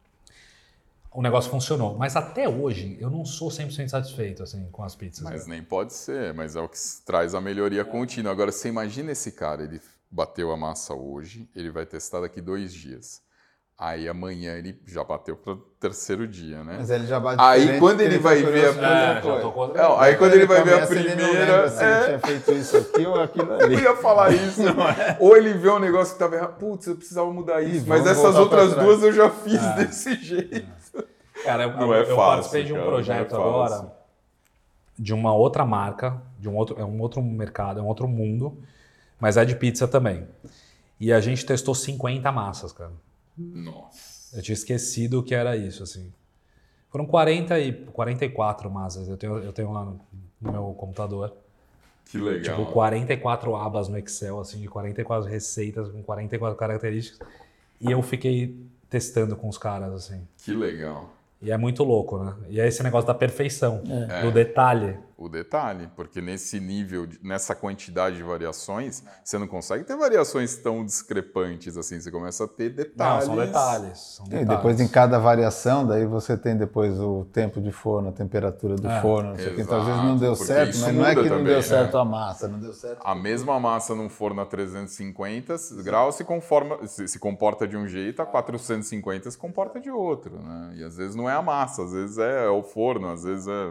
o negócio funcionou. Mas até hoje, eu não sou cem por cento satisfeito assim, com as pizzas. Mas né? nem pode ser, mas é o que traz a melhoria contínua. Agora, você imagina esse cara, ele bateu a massa hoje, ele vai testar daqui dois dias. Aí amanhã ele já bateu para o terceiro dia, né? Mas ele já bate Aí quando ele, ele vai ver a é, tô... não, aí quando ele, ele vai ver a primeira, ele não lembra se é... ele tinha feito isso aqui ou aquilo ali. Eu ia falar isso. É? Ou ele vê um negócio que estava errado, putz, eu precisava mudar isso, Ih, mas essas outras duas eu já fiz é. desse jeito. É. Cara, eu, não é eu fácil, participei de um cara, projeto é agora de uma outra marca, de um outro, é um outro mercado, é um outro mundo, mas é de pizza também. E a gente testou cinquenta massas, cara. Nossa. Eu tinha esquecido o que era isso, assim. Foram quarenta e, quarenta e quatro massas, eu tenho, eu tenho lá no, no meu computador. Que legal. Tipo, quarenta e quatro abas no Excel, assim, de quarenta e quatro receitas, com quarenta e quatro características. E eu fiquei testando com os caras, assim. Que legal. E é muito louco, né? E é esse negócio da perfeição, é. do detalhe. O detalhe, porque nesse nível, nessa quantidade de variações, você não consegue ter variações tão discrepantes assim, você começa a ter detalhes. Não, são detalhes. São detalhes. E depois em cada variação, daí você tem depois o tempo de forno, a temperatura do é. forno, não sei o que. Então às vezes não deu certo, mas não é que não também, deu certo né? a massa, não deu certo. A mesma massa num forno a trezentos e cinquenta graus se, conforma, se, se comporta de um jeito, a quatrocentos e cinquenta se comporta de outro, né? E às vezes não é a massa, às vezes é o forno, às vezes é...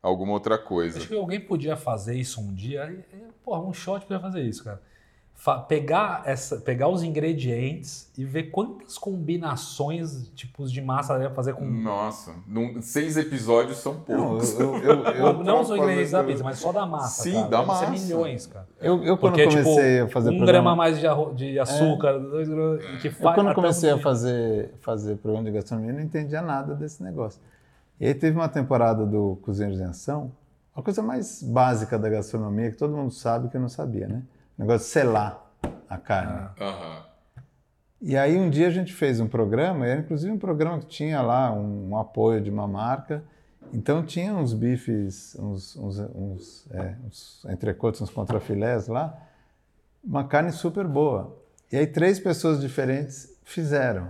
alguma outra coisa. Acho que alguém podia fazer isso um dia. Porra, um shot podia fazer isso, cara. Fa- pegar, essa, pegar os ingredientes e ver quantas combinações, tipos de massa daria pra fazer com... Nossa, num, seis episódios são poucos. Eu, eu, eu, eu, não os ingredientes da fazendo- pizza, mas só da massa, Sim, cara. da Deve ser massa. milhões, cara. eu, eu quando Porque, comecei tipo, a fazer um programa, grama a mais de, arro- de açúcar, dois gramas, que eu faz... quando até comecei um a dia. fazer, fazer programa de gastronomia, eu não entendia nada desse negócio. E aí teve uma temporada do Cozinheiros em Ação, a coisa mais básica da gastronomia, que todo mundo sabe que eu não sabia, né? O negócio de selar a carne. Aham. E aí um dia a gente fez um programa, era inclusive um programa que tinha lá um, um apoio de uma marca, então tinha uns bifes, uns, uns, uns, é, uns entrecotes, uns contrafilés lá, uma carne super boa. E aí três pessoas diferentes fizeram.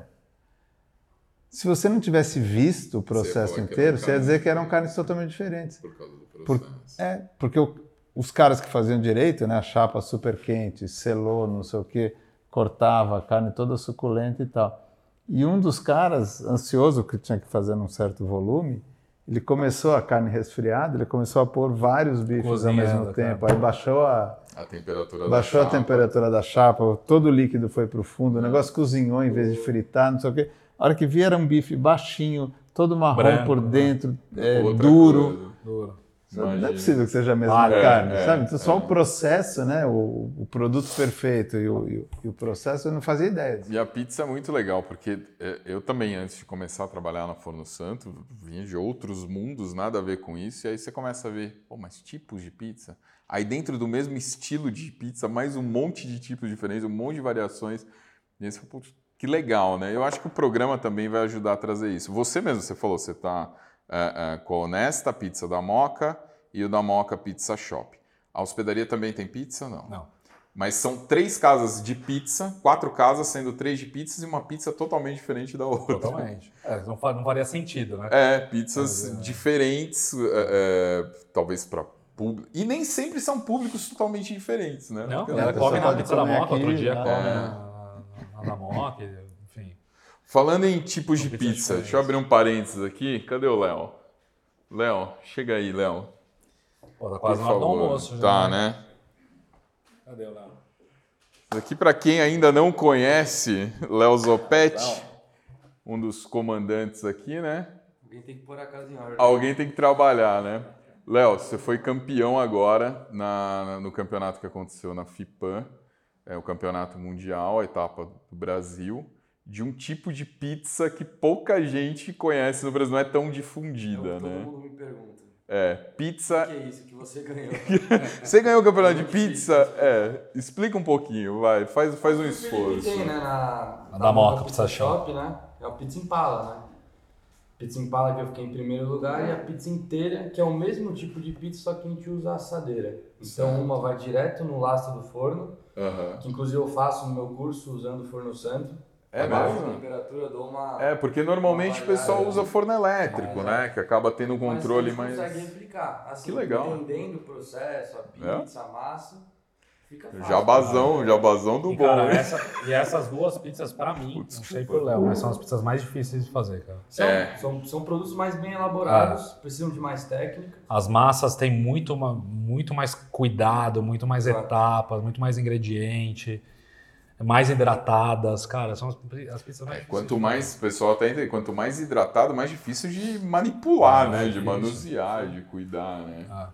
Se você não tivesse visto o processo falou que inteiro, eram você ia carnes dizer que eram carnes totalmente diferentes. Por causa do Por- processo. É, porque o- os caras que faziam direito, né, a chapa super quente, selou, não sei o quê, cortava a carne toda suculenta e tal. E um dos caras, ansioso, que tinha que fazer num certo volume, ele começou a carne resfriada, ele começou a pôr vários bifes ao Cozinhando, mesmo cara. tempo. Aí baixou a, A temperatura baixou a da chapa. temperatura da chapa, todo o líquido foi para o fundo, o negócio cozinhou em vez de fritar, não sei o quê. A hora que via era um bife baixinho, todo marrom Branco, por né? dentro, é, Outra duro. coisa. Duro. Não Imagina. é possível que seja a mesma Ah, é, carne, é, sabe? Então, só é. o processo, né? O, o produto perfeito e o, e o- e o processo, eu não fazia ideia disso. E a pizza é muito legal, porque é, eu também, antes de começar a trabalhar na Forno Santo, vinha de outros mundos, nada a ver com isso, e aí você começa a ver, pô, mas tipos de pizza? Aí dentro do mesmo estilo de pizza, mais um monte de tipos diferentes, um monte de variações. E aí você fala, putz, que legal, né? Eu acho que o programa também vai ajudar a trazer isso. Você mesmo, você falou, você está é, é, com a Honesta, Pizza da Moca, e o da Moca Pizza Shop. A hospedaria também tem pizza? Não. Não. Mas são três casas de pizza, quatro casas sendo três de pizzas e uma pizza totalmente diferente da outra. Totalmente. É, não, fa- não faria sentido, né? É, pizzas É, é. diferentes, é, é, talvez para público. E nem sempre são públicos totalmente diferentes, né? Não, Porque ela a come pessoa na pode pizza da comer Moca, outro aqui, dia é. come na, na, na Moca, enfim. Falando em tipos de São pizzas pizza, diferentes. deixa eu abrir um parênteses aqui. Cadê o Léo? Léo, chega aí, Léo. Pô, tá Por quase na hora do favor. almoço já. Tá, né? Cadê o Léo? Isso aqui, para quem ainda não conhece, Léo Zopetti, um dos comandantes aqui, né? Alguém tem que pôr a casa em ordem. Alguém tem que trabalhar, né? Léo, você foi campeão agora na, no campeonato que aconteceu na FIPAM, é o campeonato mundial, a etapa do Brasil, de um tipo de pizza que pouca gente conhece no Brasil, não é tão É o difundida, que todo né? mundo me pergunta. É, O pizza... que é isso que você ganhou? Você ganhou o campeonato de Muito pizza? É, explica um pouquinho, vai, faz, faz um O esforço. que tem, né? Na, Na da Moca Pizza Shop, né? É o Pizza Impala, né? Pizza Impala que eu fiquei em primeiro lugar e a pizza inteira, que é o mesmo tipo de pizza, só que a gente usa assadeira. Então uma vai direto no lastro do forno, Aham. que inclusive eu faço no meu curso usando o forno santo. É Abaixo mesmo? da temperatura eu dou uma... É, porque normalmente o pessoal usa forno elétrico, Mas, né? Que acaba tendo um controle Mas mais... a gente consegue replicar. Assim, Que legal. entendendo o processo, a pizza, a massa, fica fácil. Jabazão, jabazão do E, bom, cara, hein? essa- e essas duas pizzas, pra mim, não sei pro Léo, mas são as pizzas mais difíceis de fazer, cara. São, É. são, são produtos mais bem elaborados, precisam de mais técnica. As massas têm muito, ma- muito mais cuidado, muito mais Claro. etapas, muito mais ingrediente, mais hidratadas. Cara, são as, as pizzas mais difíceis. Quanto mais, o pessoal até entende, quanto mais hidratado, mais difícil de manipular, Ah, né? De difícil. manusear, de cuidar, né? Ah,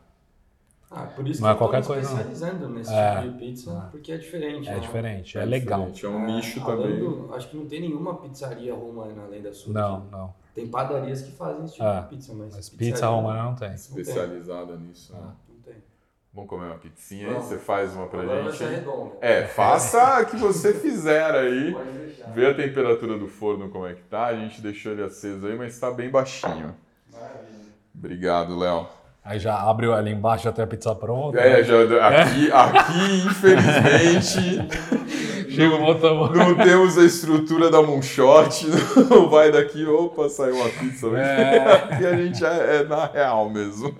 Ah, por isso Não que é eu qualquer tô coisa, não. especializando nesse É. tipo de pizza, porque é diferente. é né? diferente, é, legal. diferente, É um nicho É, também. além do- acho que não tem nenhuma pizzaria romana além da sua. Não, aqui. não. Tem padarias que fazem esse tipo É, de pizza, mas, Mas pizzaria pizza romana não tem. não tem. Especializada nisso, né? Não tem. Vamos comer uma pizzinha aí? Vamos. Você faz uma pra Agora vai gente? ser hein? redonda. É, faça a que você fizer aí. Pode deixar. Vê a temperatura do forno como é que tá. A gente deixou ele aceso aí, mas tá bem baixinho. Maravilha. Obrigado, Léo. Aí já abre ali embaixo, já tem a pizza pronta. É, já, aqui, aqui, infelizmente, Chega um outro... não temos a estrutura da Moonshot. Não vai daqui, opa, saiu uma pizza. É. Aqui a gente é, é na real mesmo.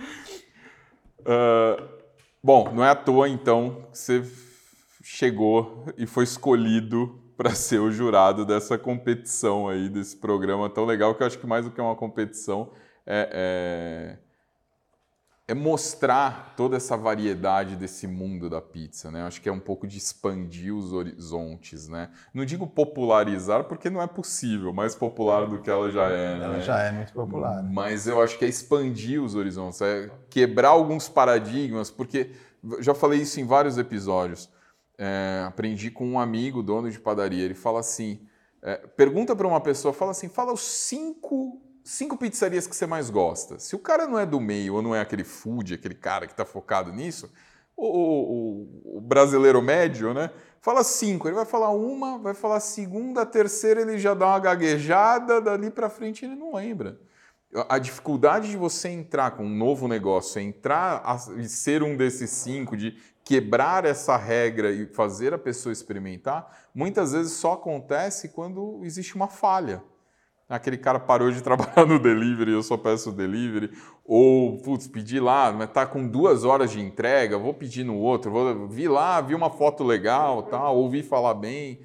Ah, bom, não é à toa, então, que você chegou e foi escolhido para ser o jurado dessa competição aí, desse programa tão legal, que eu acho que mais do que uma competição, é, é, é mostrar toda essa variedade desse mundo da pizza, né? Acho que é um pouco de expandir os horizontes, né? Não digo popularizar, porque não é possível, mais popular do que ela já é, né? Ela já é muito popular. Mas eu acho que é expandir os horizontes, é quebrar alguns paradigmas, porque já falei isso em vários episódios. É, aprendi com um amigo, dono de padaria, ele fala assim, é, pergunta para uma pessoa, fala assim, fala os cinco... Cinco pizzarias que você mais gosta. Se o cara não é do meio ou não é aquele food, aquele cara que está focado nisso, o, o, o brasileiro médio, né? Fala cinco. Ele vai falar uma, vai falar a segunda, a terceira ele já dá uma gaguejada, dali para frente ele não lembra. A dificuldade de você entrar com um novo negócio, entrar e ser um desses cinco, de quebrar essa regra e fazer a pessoa experimentar, muitas vezes só acontece quando existe uma falha. Aquele cara parou de trabalhar no delivery, eu só peço delivery, ou, putz, pedi lá, mas tá com duas horas de entrega, vou pedir no outro, vou, vi lá, vi uma foto legal, tal, ouvi falar bem.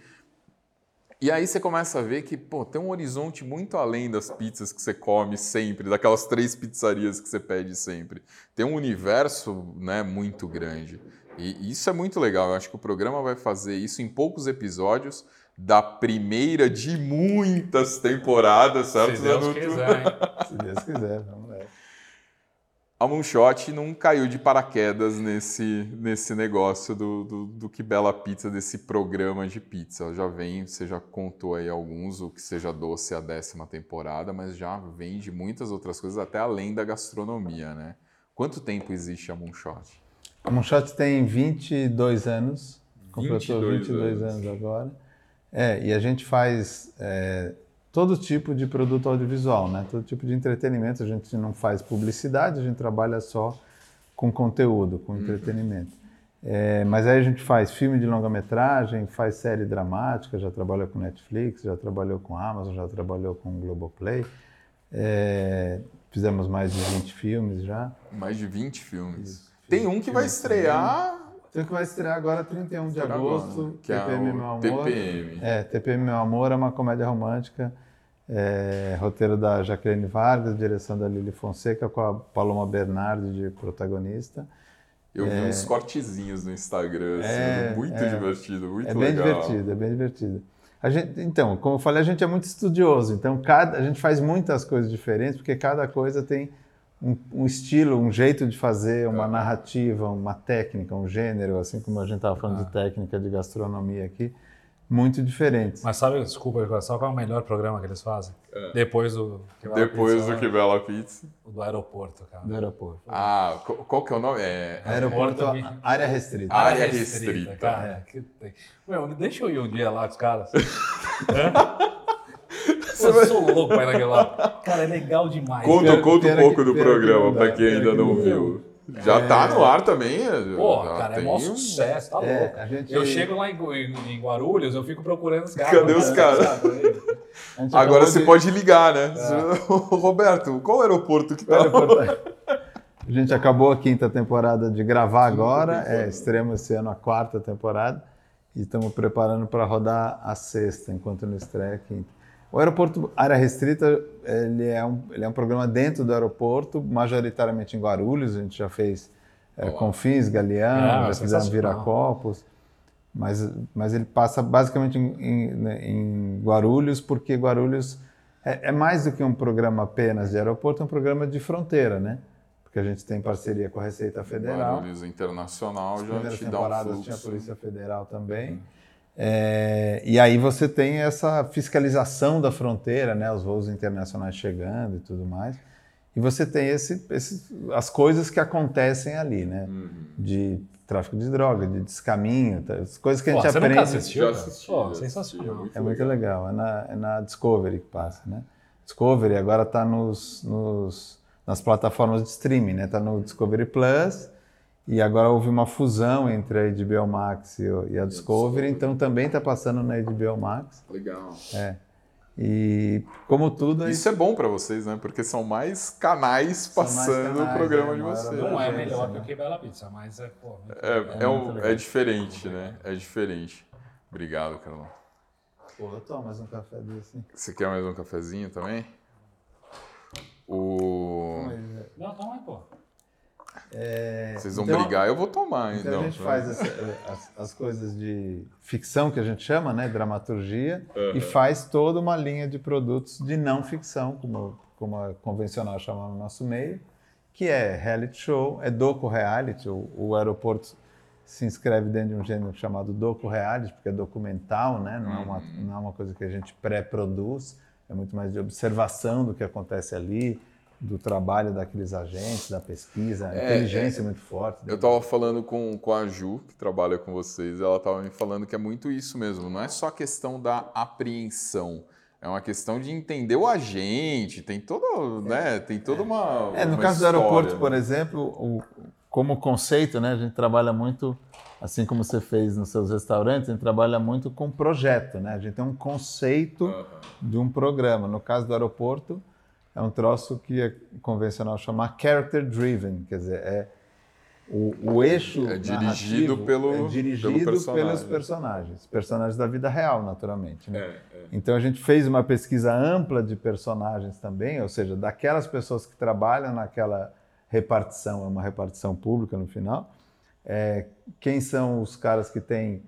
E aí você começa a ver que, pô, tem um horizonte muito além das pizzas que você come sempre, daquelas três pizzarias que você pede sempre. Tem um universo, né, muito grande. E isso é muito legal, eu acho que o programa vai fazer isso em poucos episódios, da primeira de muitas temporadas, certo? Se Deus quiser, hein? Se Deus quiser, vamos ver. A Moonshot não caiu de paraquedas nesse, nesse negócio do, do, do Que Bela Pizza, desse programa de pizza. Ela já vem, você já contou aí alguns, o Que Seja Doce é a décima temporada, mas já vem de muitas outras coisas, até além da gastronomia, né? Quanto tempo existe a Moonshot? A Moonshot tem vinte e dois anos, completou vinte vinte e e dois anos agora. É, e a gente faz é, todo tipo de produto audiovisual, né? Todo tipo de entretenimento. A gente não faz publicidade, a gente trabalha só com conteúdo, com Uhum. entretenimento. É, mas aí a gente faz filme de longa-metragem, faz série dramática, já trabalhou com Netflix, já trabalhou com Amazon, já trabalhou com Globoplay. É, fizemos mais de vinte filmes já. Mais de vinte filmes. Isso. Tem um que vai estrear... Tem que vai estrear agora, trinta e um de Agora, agosto, que é T P M o Meu Amor. T P M. É, T P M Meu Amor é uma comédia romântica, é, roteiro da Jaqueline Vargas, direção da Lili Fonseca, com a Paloma Bernardi de protagonista. Eu vi É. uns cortezinhos no Instagram, assim, É, muito é. divertido, muito É bem legal. divertido, é bem divertido. A gente, então, como eu falei, a gente é muito estudioso, então cada, a gente faz muitas coisas diferentes, porque cada coisa tem um, um estilo, um jeito de fazer, uma Uhum. narrativa, uma técnica, um gênero, assim como a gente estava falando Ah. de técnica de gastronomia aqui, muito diferentes. Mas sabe, desculpa, sabe qual é o melhor programa que eles fazem? Depois do... Que Bela Depois Pizza, do Que Bela Pizza. O do aeroporto, cara. Do aeroporto. Ah, qual, qual que é o nome? É... Aeroporto, Aeroporto- área restrita. Área restrita. Cara, que tem. Meu, deixa eu ir um dia lá com os caras. Hã? Eu sou louco pra ir naquele lá. Cara, é legal demais. Conta, Pena- conta um pena pouco que- do pena que programa, não dá, pra quem pena ainda que não não viu. Já tá no ar também. Porra, já cara, é tem maior um- sucesso, tá É, louco. a gente- Eu chego lá em, Gu- em, em Guarulhos, eu fico procurando os caras. Cadê os Sabe? caras? A gente Agora acabou você de- pode ligar, né? Roberto, qual aeroporto que O tá? aeroporto- A gente acabou a quinta temporada de gravar agora, temporada. é, estreamos esse ano a quarta temporada e estamos preparando para rodar a sexta, enquanto não estreia a quinta. O aeroporto Área Restrita, ele é um, ele é um programa dentro do aeroporto, majoritariamente em Guarulhos, a gente já fez é, Olá. Confins, Galeão, Ah, já fizemos sensacional. Viracopos, mas, mas ele passa basicamente em, em, né, em Guarulhos, porque Guarulhos é, é mais do que um programa apenas de aeroporto, é um programa de fronteira, né? Porque a gente tem parceria com a Receita Federal. Guarulhos Internacional As já primeiras te dá um temporadas fluxo. tinha a Polícia Federal também. É, e aí você tem essa fiscalização da fronteira, né? Os voos internacionais chegando e tudo mais. E você tem esse, esse, as coisas que acontecem ali, né? Uhum. De tráfico de droga, de descaminho, tá? As coisas que a Pô, gente você aprende. nunca assistiu? Já cara? assisti, Pô, já assisti, sensacional. é É muito legal, é na, é na Discovery que passa, né? Discovery agora está nos, nos, nas plataformas de streaming, né? Está no Discovery Plus e agora houve uma fusão entre a H B O Max e, o- e a Discovery, então também está passando na H B O Max. Legal. É. E como tudo... Isso é bom pra vocês, né? Porque são mais canais São mais passando canais, o programa né? de Maior vocês. Não é Agência, melhor né? que o Que Bela Pizza, mas é, pô... muito É, legal. é, muito um- legal. é diferente, né? É diferente. Obrigado, Carlão. Pô, eu tomo mais um café desse. hein? Você quer mais um cafezinho também? O... Mas, é, Não, toma aí, pô. É, Vocês vão então, brigar, eu vou tomar. Então Não, a gente faz essa, as, as coisas de ficção que a gente chama, né, dramaturgia, Uhum. e faz toda uma linha de produtos de não ficção, como, como a convencional chama no nosso meio, que é reality show, é docu-reality. O, o aeroporto se inscreve dentro de um gênero chamado docu-reality, porque é documental, né, não, é uma, não é uma coisa que a gente pré-produz, é muito mais de observação do que acontece ali, do trabalho daqueles agentes, da pesquisa, a É, inteligência é, muito forte. Eu estava falando com, com a Ju, que trabalha com vocês, ela estava me falando que é muito isso mesmo, não é só a questão da apreensão, é uma questão de entender o agente, tem todo, né, tem toda uma É, no uma caso do história, aeroporto, né? por exemplo, o, como conceito, né, a gente trabalha muito, assim como você fez nos seus restaurantes, a gente trabalha muito com projeto, né? A gente tem um conceito Uhum. de um programa. No caso do aeroporto, é um troço que é convencional chamar character driven, quer dizer, é o, o eixo É dirigido narrativo pelo- é dirigido pelo personagem. pelos personagens, personagens da vida real, naturalmente, né? É, é. Então a gente fez uma pesquisa ampla de personagens também, ou seja, daquelas pessoas que trabalham naquela repartição, é uma repartição pública no final, é, quem são os caras que têm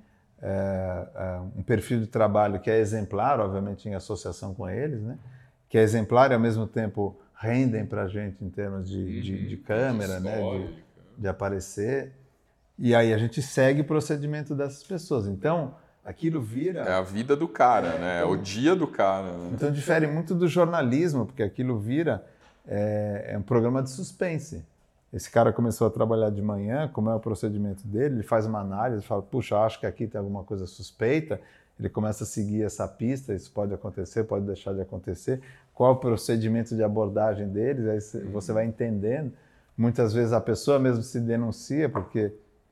é, é, um perfil de trabalho que é exemplar, obviamente em associação com eles, né? Que é exemplar e ao mesmo tempo rendem para a gente em termos de, de, de câmera, né? De, de aparecer. E aí a gente segue o procedimento dessas pessoas. Então, aquilo vira... É a vida do cara, né? É o dia do cara, né? Então difere muito do jornalismo, porque aquilo vira é, é um programa de suspense. Esse cara começou a trabalhar de manhã, como é o procedimento dele, ele faz uma análise, fala, puxa, acho que aqui tem alguma coisa suspeita, ele começa a seguir essa pista, isso pode acontecer, pode deixar de acontecer, qual é o procedimento de abordagem deles, aí você vai entendendo. Muitas vezes a pessoa mesmo se denuncia, porque...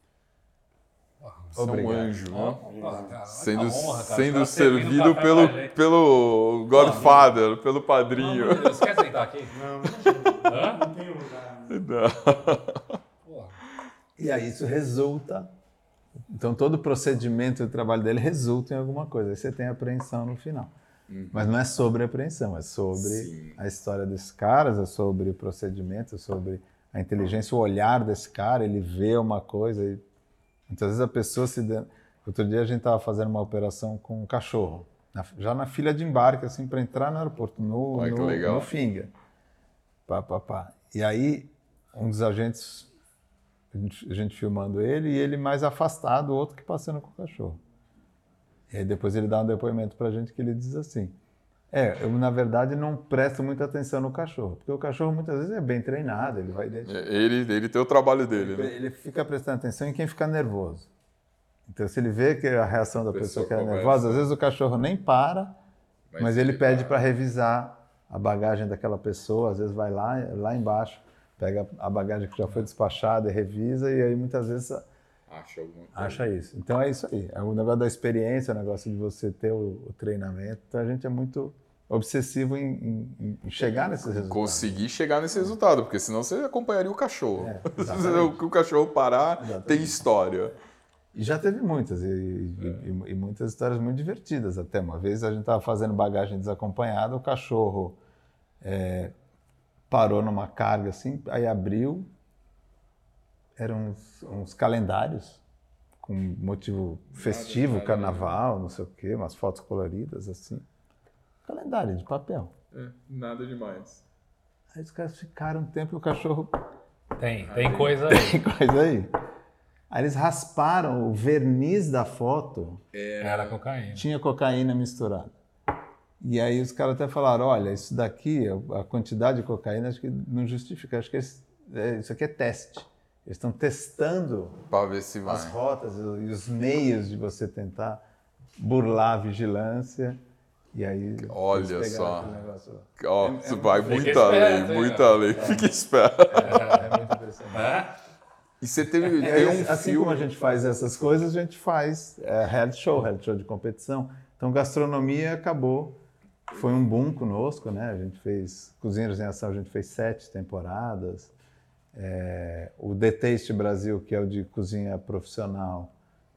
Você é um Obrigado. anjo, né? Porra, cara, Sendo, olha que honra, cara. sendo Tá servindo servido café pelo, pra gente. pelo Godfather, pelo padrinho. Pelo amor de Deus, quer sentar aqui? Não, Hã? não tem lugar. Não. Porra. E aí isso resulta... Então todo o procedimento de trabalho dele resulta em alguma coisa. Aí você tem a apreensão no final. Uhum. Mas não é sobre a apreensão, é sobre Sim. a história desses caras, é sobre o procedimento, é sobre a inteligência, o olhar desse cara, ele vê uma coisa e muitas vezes a pessoa se... De... Outro dia a gente estava fazendo uma operação com um cachorro, na... já na fila de embarque, assim, para entrar no aeroporto, no, Olha que no, legal. no Finga. Pá, pá, pá. E aí um dos agentes, a gente, a gente filmando ele, e ele mais afastado, o outro que passando com o cachorro. E aí depois ele dá um depoimento pra gente que ele diz assim, é, eu na verdade não presto muita atenção no cachorro, porque o cachorro muitas vezes é bem treinado, ele vai... Ele, ele tem o trabalho dele, né? Ele fica prestando atenção em quem fica nervoso. Então se ele vê que a reação da pessoa, Pessoa que é conversa. nervosa, às vezes o cachorro nem para, Mas mas ele ele pede vai. para revisar a bagagem daquela pessoa, às vezes vai lá, lá embaixo, pega a bagagem que já foi despachada e revisa, e aí muitas vezes Acha alguma coisa. acha isso. Então é isso aí. É o negócio da experiência, o negócio de você ter o, o treinamento. Então a gente é muito obsessivo em, em- em chegar nesses resultados. Conseguir chegar nesse resultado, porque senão você acompanharia o cachorro. É, Se exatamente. o cachorro parar, Exatamente. tem história. E já teve muitas, e, e- e muitas histórias muito divertidas até. Uma vez a gente estava fazendo bagagem desacompanhada, o cachorro é, parou numa carga assim, aí abriu, eram uns, uns calendários com motivo festivo, Nada, carnaval, não sei o quê, umas fotos coloridas assim. Calendário de papel. É, nada demais. Aí os caras ficaram um tempo e o cachorro... Tem, tem coisa aí. Tem coisa aí. Aí eles rasparam o verniz da foto, Era cocaína. tinha cocaína misturada. E aí os caras até falaram, olha, isso daqui, a quantidade de cocaína, acho que não justifica. Acho que eles, é, isso aqui é teste. Eles estão testando Pra ver se vai. as rotas e os meios de você tentar burlar a vigilância. E aí Olha eles pegaram só. aquele negócio lá. Ó, É- você é- vai Fica muito esperto, além, hein, muito cara? além. Fica esperto. É muito impressionante. É? E você teve E tem aí, um assim filme... como a gente faz essas coisas, a gente faz é, reality show, reality show de competição. Então, gastronomia acabou, foi um boom conosco, né? A gente fez Cozinheiros em Ação, a gente fez sete temporadas. É, o The Taste Brasil, que é o de cozinha profissional,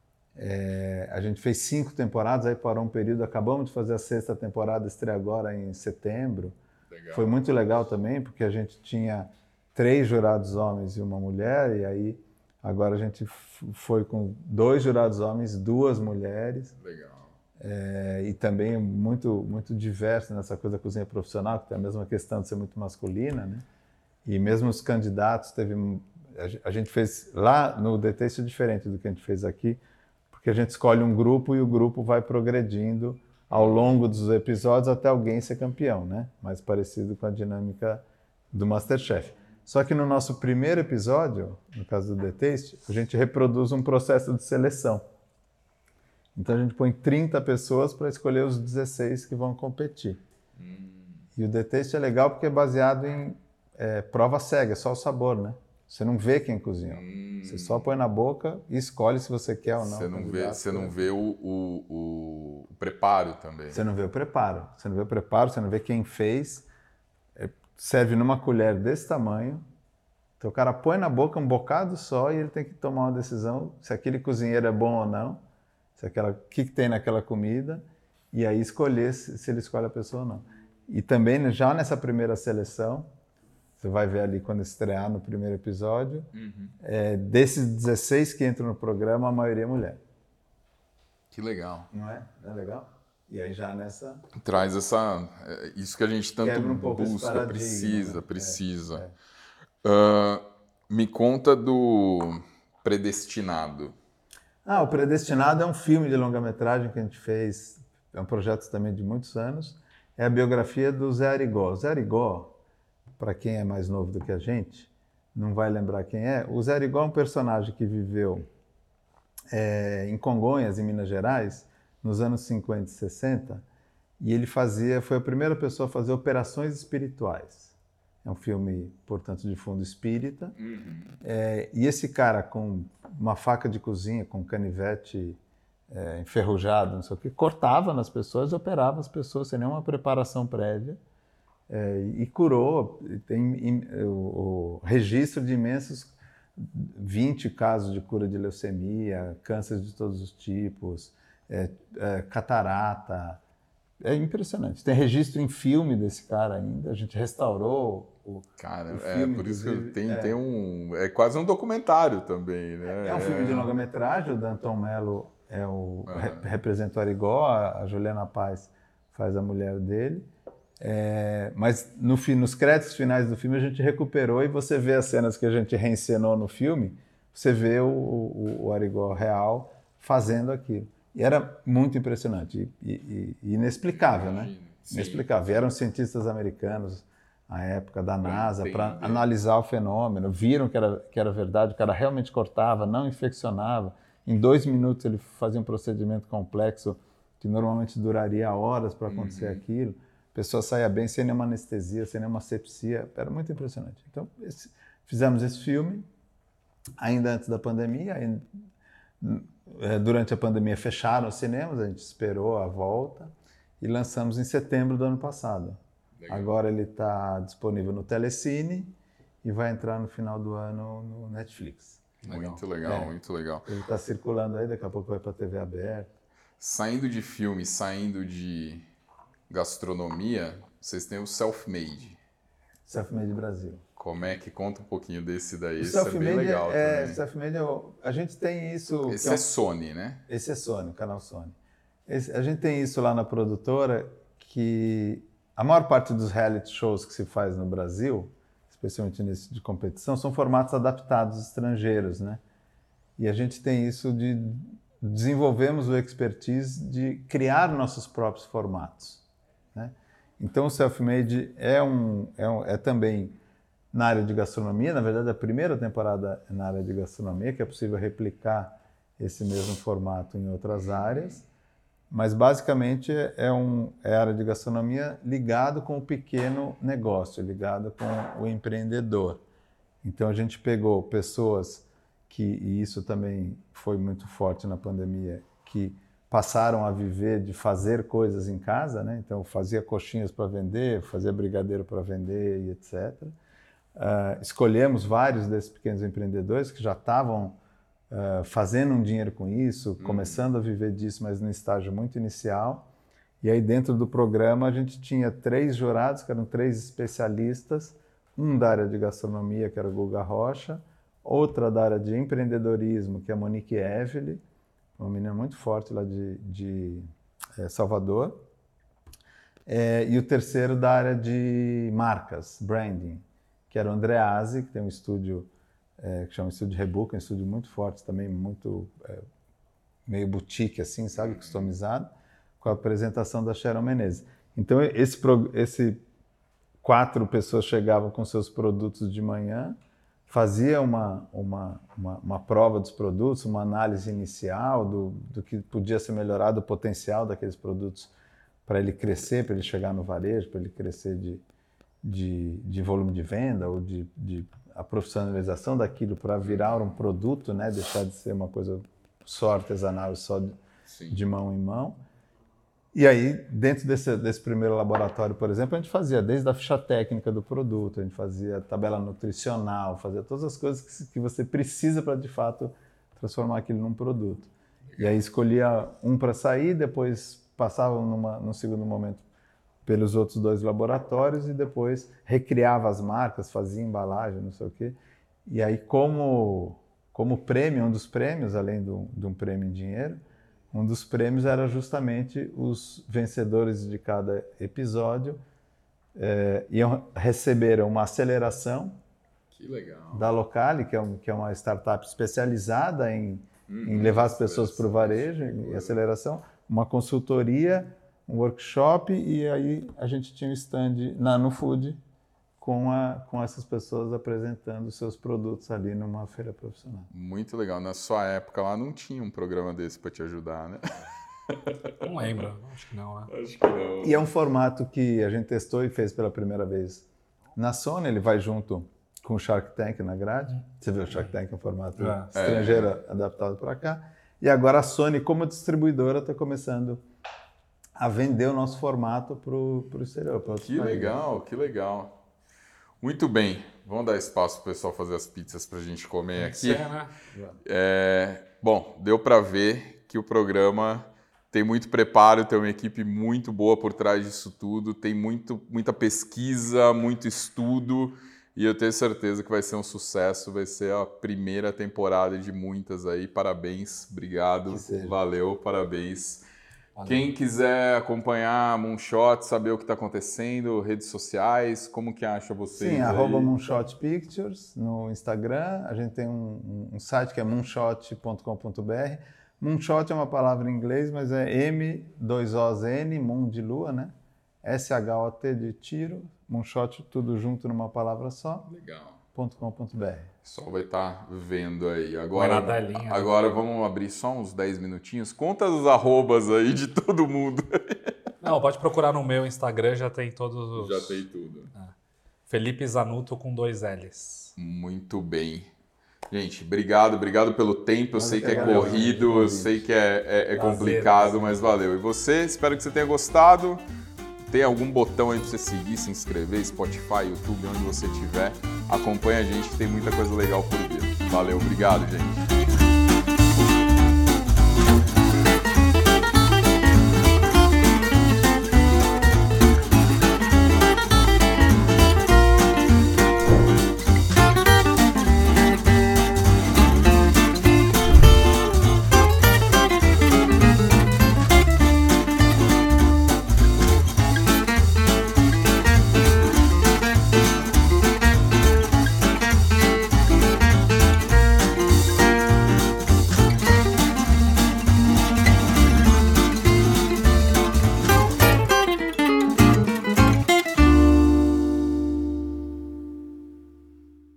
é, a gente fez cinco temporadas, aí parou um período, acabamos de fazer a sexta temporada, estreia agora em setembro. Legal. Foi muito legal também, porque a gente tinha três jurados homens e uma mulher, e aí agora a gente foi com dois jurados homens, duas mulheres. Legal. É, e também muito, muito diverso nessa coisa da cozinha profissional, que tem a mesma questão de ser muito masculina, né? E mesmo os candidatos, teve, a gente fez lá no The Taste diferente do que a gente fez aqui, porque a gente escolhe um grupo e o grupo vai progredindo ao longo dos episódios até alguém ser campeão, né? Mais parecido com a dinâmica do MasterChef. Só que no nosso primeiro episódio, no caso do The Taste, a gente reproduz um processo de seleção. Então a gente põe trinta pessoas para escolher os dezesseis que vão competir. Hum. E o The Taste é legal porque é baseado em é, prova cega, é só o sabor, né? Você não vê quem cozinhou. Hum. Você só põe na boca e escolhe se você quer ou não. Você não vê, você não vê o, o, o, o preparo também. Você não vê o preparo. Você não vê o preparo, você não vê quem fez. É, serve numa colher desse tamanho. Então o cara põe na boca um bocado só e ele tem que tomar uma decisão se aquele cozinheiro é bom ou não. Se aquela, o que, que tem naquela comida, e aí escolher se, se ele escolhe a pessoa ou não. E também, já nessa primeira seleção, você vai ver ali quando estrear no primeiro episódio, uhum. é, desses dezesseis que entram no programa, a maioria é mulher. Que legal. Não é? Não é legal? E aí já nessa... Traz essa... Isso que a gente tanto um busca, precisa, né? precisa. É, é. Uh, me conta do Predestinado. Ah, o Predestinado é um filme de longa-metragem que a gente fez, é um projeto também de muitos anos, é a biografia do Zé Arigó. O Zé Arigó, para quem é mais novo do que a gente, não vai lembrar quem é, o Zé Arigó é um personagem que viveu é, em Congonhas, em Minas Gerais, nos anos cinquenta e sessenta, e ele fazia, foi a primeira pessoa a fazer operações espirituais. É um filme, portanto, de fundo espírita. Uhum. É, e esse cara com uma faca de cozinha, com canivete é, enferrujado, não sei o quê, cortava nas pessoas e operava as pessoas sem nenhuma preparação prévia. É, e curou. Tem o, o registro de imensos vinte casos de cura de leucemia, câncer de todos os tipos, é, é, catarata. É impressionante. Tem registro em filme desse cara ainda. A gente restaurou o, cara, o filme. É, por isso que tem, é. tem um... É quase um documentário também, né? É um filme de longa-metragem. O Danton Mello é o, uhum. re, representa o Arigó, a, a Juliana Paz faz a mulher dele. É, mas no, nos créditos finais do filme a gente recuperou e você vê as cenas que a gente reencenou no filme, você vê o, o, o Arigó real fazendo aquilo. E era muito impressionante e, e, e inexplicável, né? Sim. Inexplicável. Vieram cientistas americanos à época da NASA para analisar o fenômeno, viram que era, que era verdade, o cara realmente cortava, não infeccionava. Em dois minutos ele fazia um procedimento complexo que normalmente duraria horas para acontecer uhum. aquilo. A pessoa saía bem sem nenhuma anestesia, sem nenhuma asepsia. Era muito impressionante. Então, esse, fizemos esse filme ainda antes da pandemia. Ainda, durante a pandemia fecharam os cinemas, a gente esperou a volta e lançamos em setembro do ano passado. Legal. Agora ele está disponível no Telecine e vai entrar no final do ano no Netflix. Muito legal, é. muito legal. Ele está circulando aí, daqui a pouco vai para a T V aberta. Saindo de filme, saindo de gastronomia, vocês têm o Self-Made. Self-Made Brasil. Como é que conta um pouquinho desse daí? O Isso é bem legal é, também. Self-Made, a gente tem isso... Esse é, é Sony, né? Esse é Sony, o canal Sony. Esse, a gente tem isso lá na produtora, que a maior parte dos reality shows que se faz no Brasil, especialmente nesse de competição, são formatos adaptados estrangeiros, né? E a gente tem isso de... Desenvolvemos o expertise de criar nossos próprios formatos, né? Então o Self-Made é, um, é, um, é também na área de gastronomia, na verdade a primeira temporada é na área de gastronomia, que é possível replicar esse mesmo formato em outras áreas, mas basicamente é, um, é a área de gastronomia ligado com o pequeno negócio, ligado com o empreendedor. Então a gente pegou pessoas que, e isso também foi muito forte na pandemia, que passaram a viver de fazer coisas em casa, né? Então fazia coxinhas para vender, fazia brigadeiro para vender e etcétera. Uh, escolhemos vários desses pequenos empreendedores que já estavam uh, fazendo um dinheiro com isso, hum. começando a viver disso, mas no estágio muito inicial. E aí dentro do programa a gente tinha três jurados, que eram três especialistas, um da área de gastronomia, que era o Guga Rocha, outra da área de empreendedorismo, que é a Monique Evely, uma menina muito forte lá de, de é, Salvador, é, e o terceiro da área de marcas, branding, que era o Andreazzi, que tem um estúdio é, que chama Estúdio Rebuca, um estúdio muito forte também, muito é, meio boutique assim, sabe, customizado, com a apresentação da Sharon Menezes. Então esse, esse quatro pessoas chegavam com seus produtos de manhã, fazia uma, uma, uma, uma prova dos produtos, uma análise inicial do, do que podia ser melhorado, o potencial daqueles produtos para ele crescer, para ele chegar no varejo, para ele crescer de, de, de volume de venda ou de, de a profissionalização daquilo para virar um produto, né? Deixar de ser uma coisa só artesanal e só de, de mão em mão. E aí, dentro desse, desse primeiro laboratório, por exemplo, a gente fazia desde a ficha técnica do produto, a gente fazia tabela nutricional, fazia todas as coisas que, que você precisa para, de fato, transformar aquilo num produto. E aí escolhia um para sair, depois passava numa, num segundo momento pelos outros dois laboratórios e depois recriava as marcas, fazia embalagem, não sei o quê. E aí, como, como prêmio, um dos prêmios, além do, de um prêmio em dinheiro, um dos prêmios era justamente os vencedores de cada episódio é, iam receber uma aceleração que legal. da Locale, que é, um, que é uma startup especializada em, hum, em levar as pessoas para o varejo, em aceleração, uma consultoria, um workshop, e aí a gente tinha um stand na No Food com, a, com essas pessoas apresentando seus produtos ali numa feira profissional. Muito legal. Na sua época lá não tinha um programa desse para te ajudar, né? Não lembro, acho que não, né? Acho que não. E é um formato que a gente testou e fez pela primeira vez na Sony, ele vai junto com o Shark Tank na grade. Você viu o Shark Tank em formato é. estrangeiro é. adaptado para cá. E agora a Sony, como distribuidora, está começando a vender o nosso formato para o exterior. Que legal, que legal. Muito bem, vamos dar espaço para o pessoal fazer as pizzas para a gente comer aqui. É, né? É, bom, deu para ver que o programa tem muito preparo, tem uma equipe muito boa por trás disso tudo, tem muito, muita pesquisa, muito estudo, e eu tenho certeza que vai ser um sucesso, vai ser a primeira temporada de muitas aí. Parabéns, obrigado, valeu, parabéns. Valeu. Quem quiser acompanhar a Moonshot, saber o que está acontecendo, redes sociais, como que acha vocês? Sim, aí? arroba Moonshot Pictures no Instagram. A gente tem um, um site que é moonshot ponto com ponto b r. Moonshot é uma palavra em inglês, mas é M, dois O's, N, Moon de lua, né? S H O T de tiro, Moonshot tudo junto numa palavra só. Legal. .com.br. O pessoal vai estar vendo aí. Agora, agora vamos abrir só uns dez minutinhos. Conta os arrobas aí de todo mundo. Não, pode procurar no meu Instagram, já tem todos os... Já tem tudo. É. Felipe Zanuto com dois L's. Muito bem. Gente, obrigado, obrigado pelo tempo. Eu sei que é corrido, eu sei que é, é, é complicado, mas valeu. E você, espero que você tenha gostado. Tem algum botão aí para você seguir, se inscrever, Spotify, YouTube, onde você estiver. Acompanha a gente que tem muita coisa legal por vir. Valeu, obrigado, gente.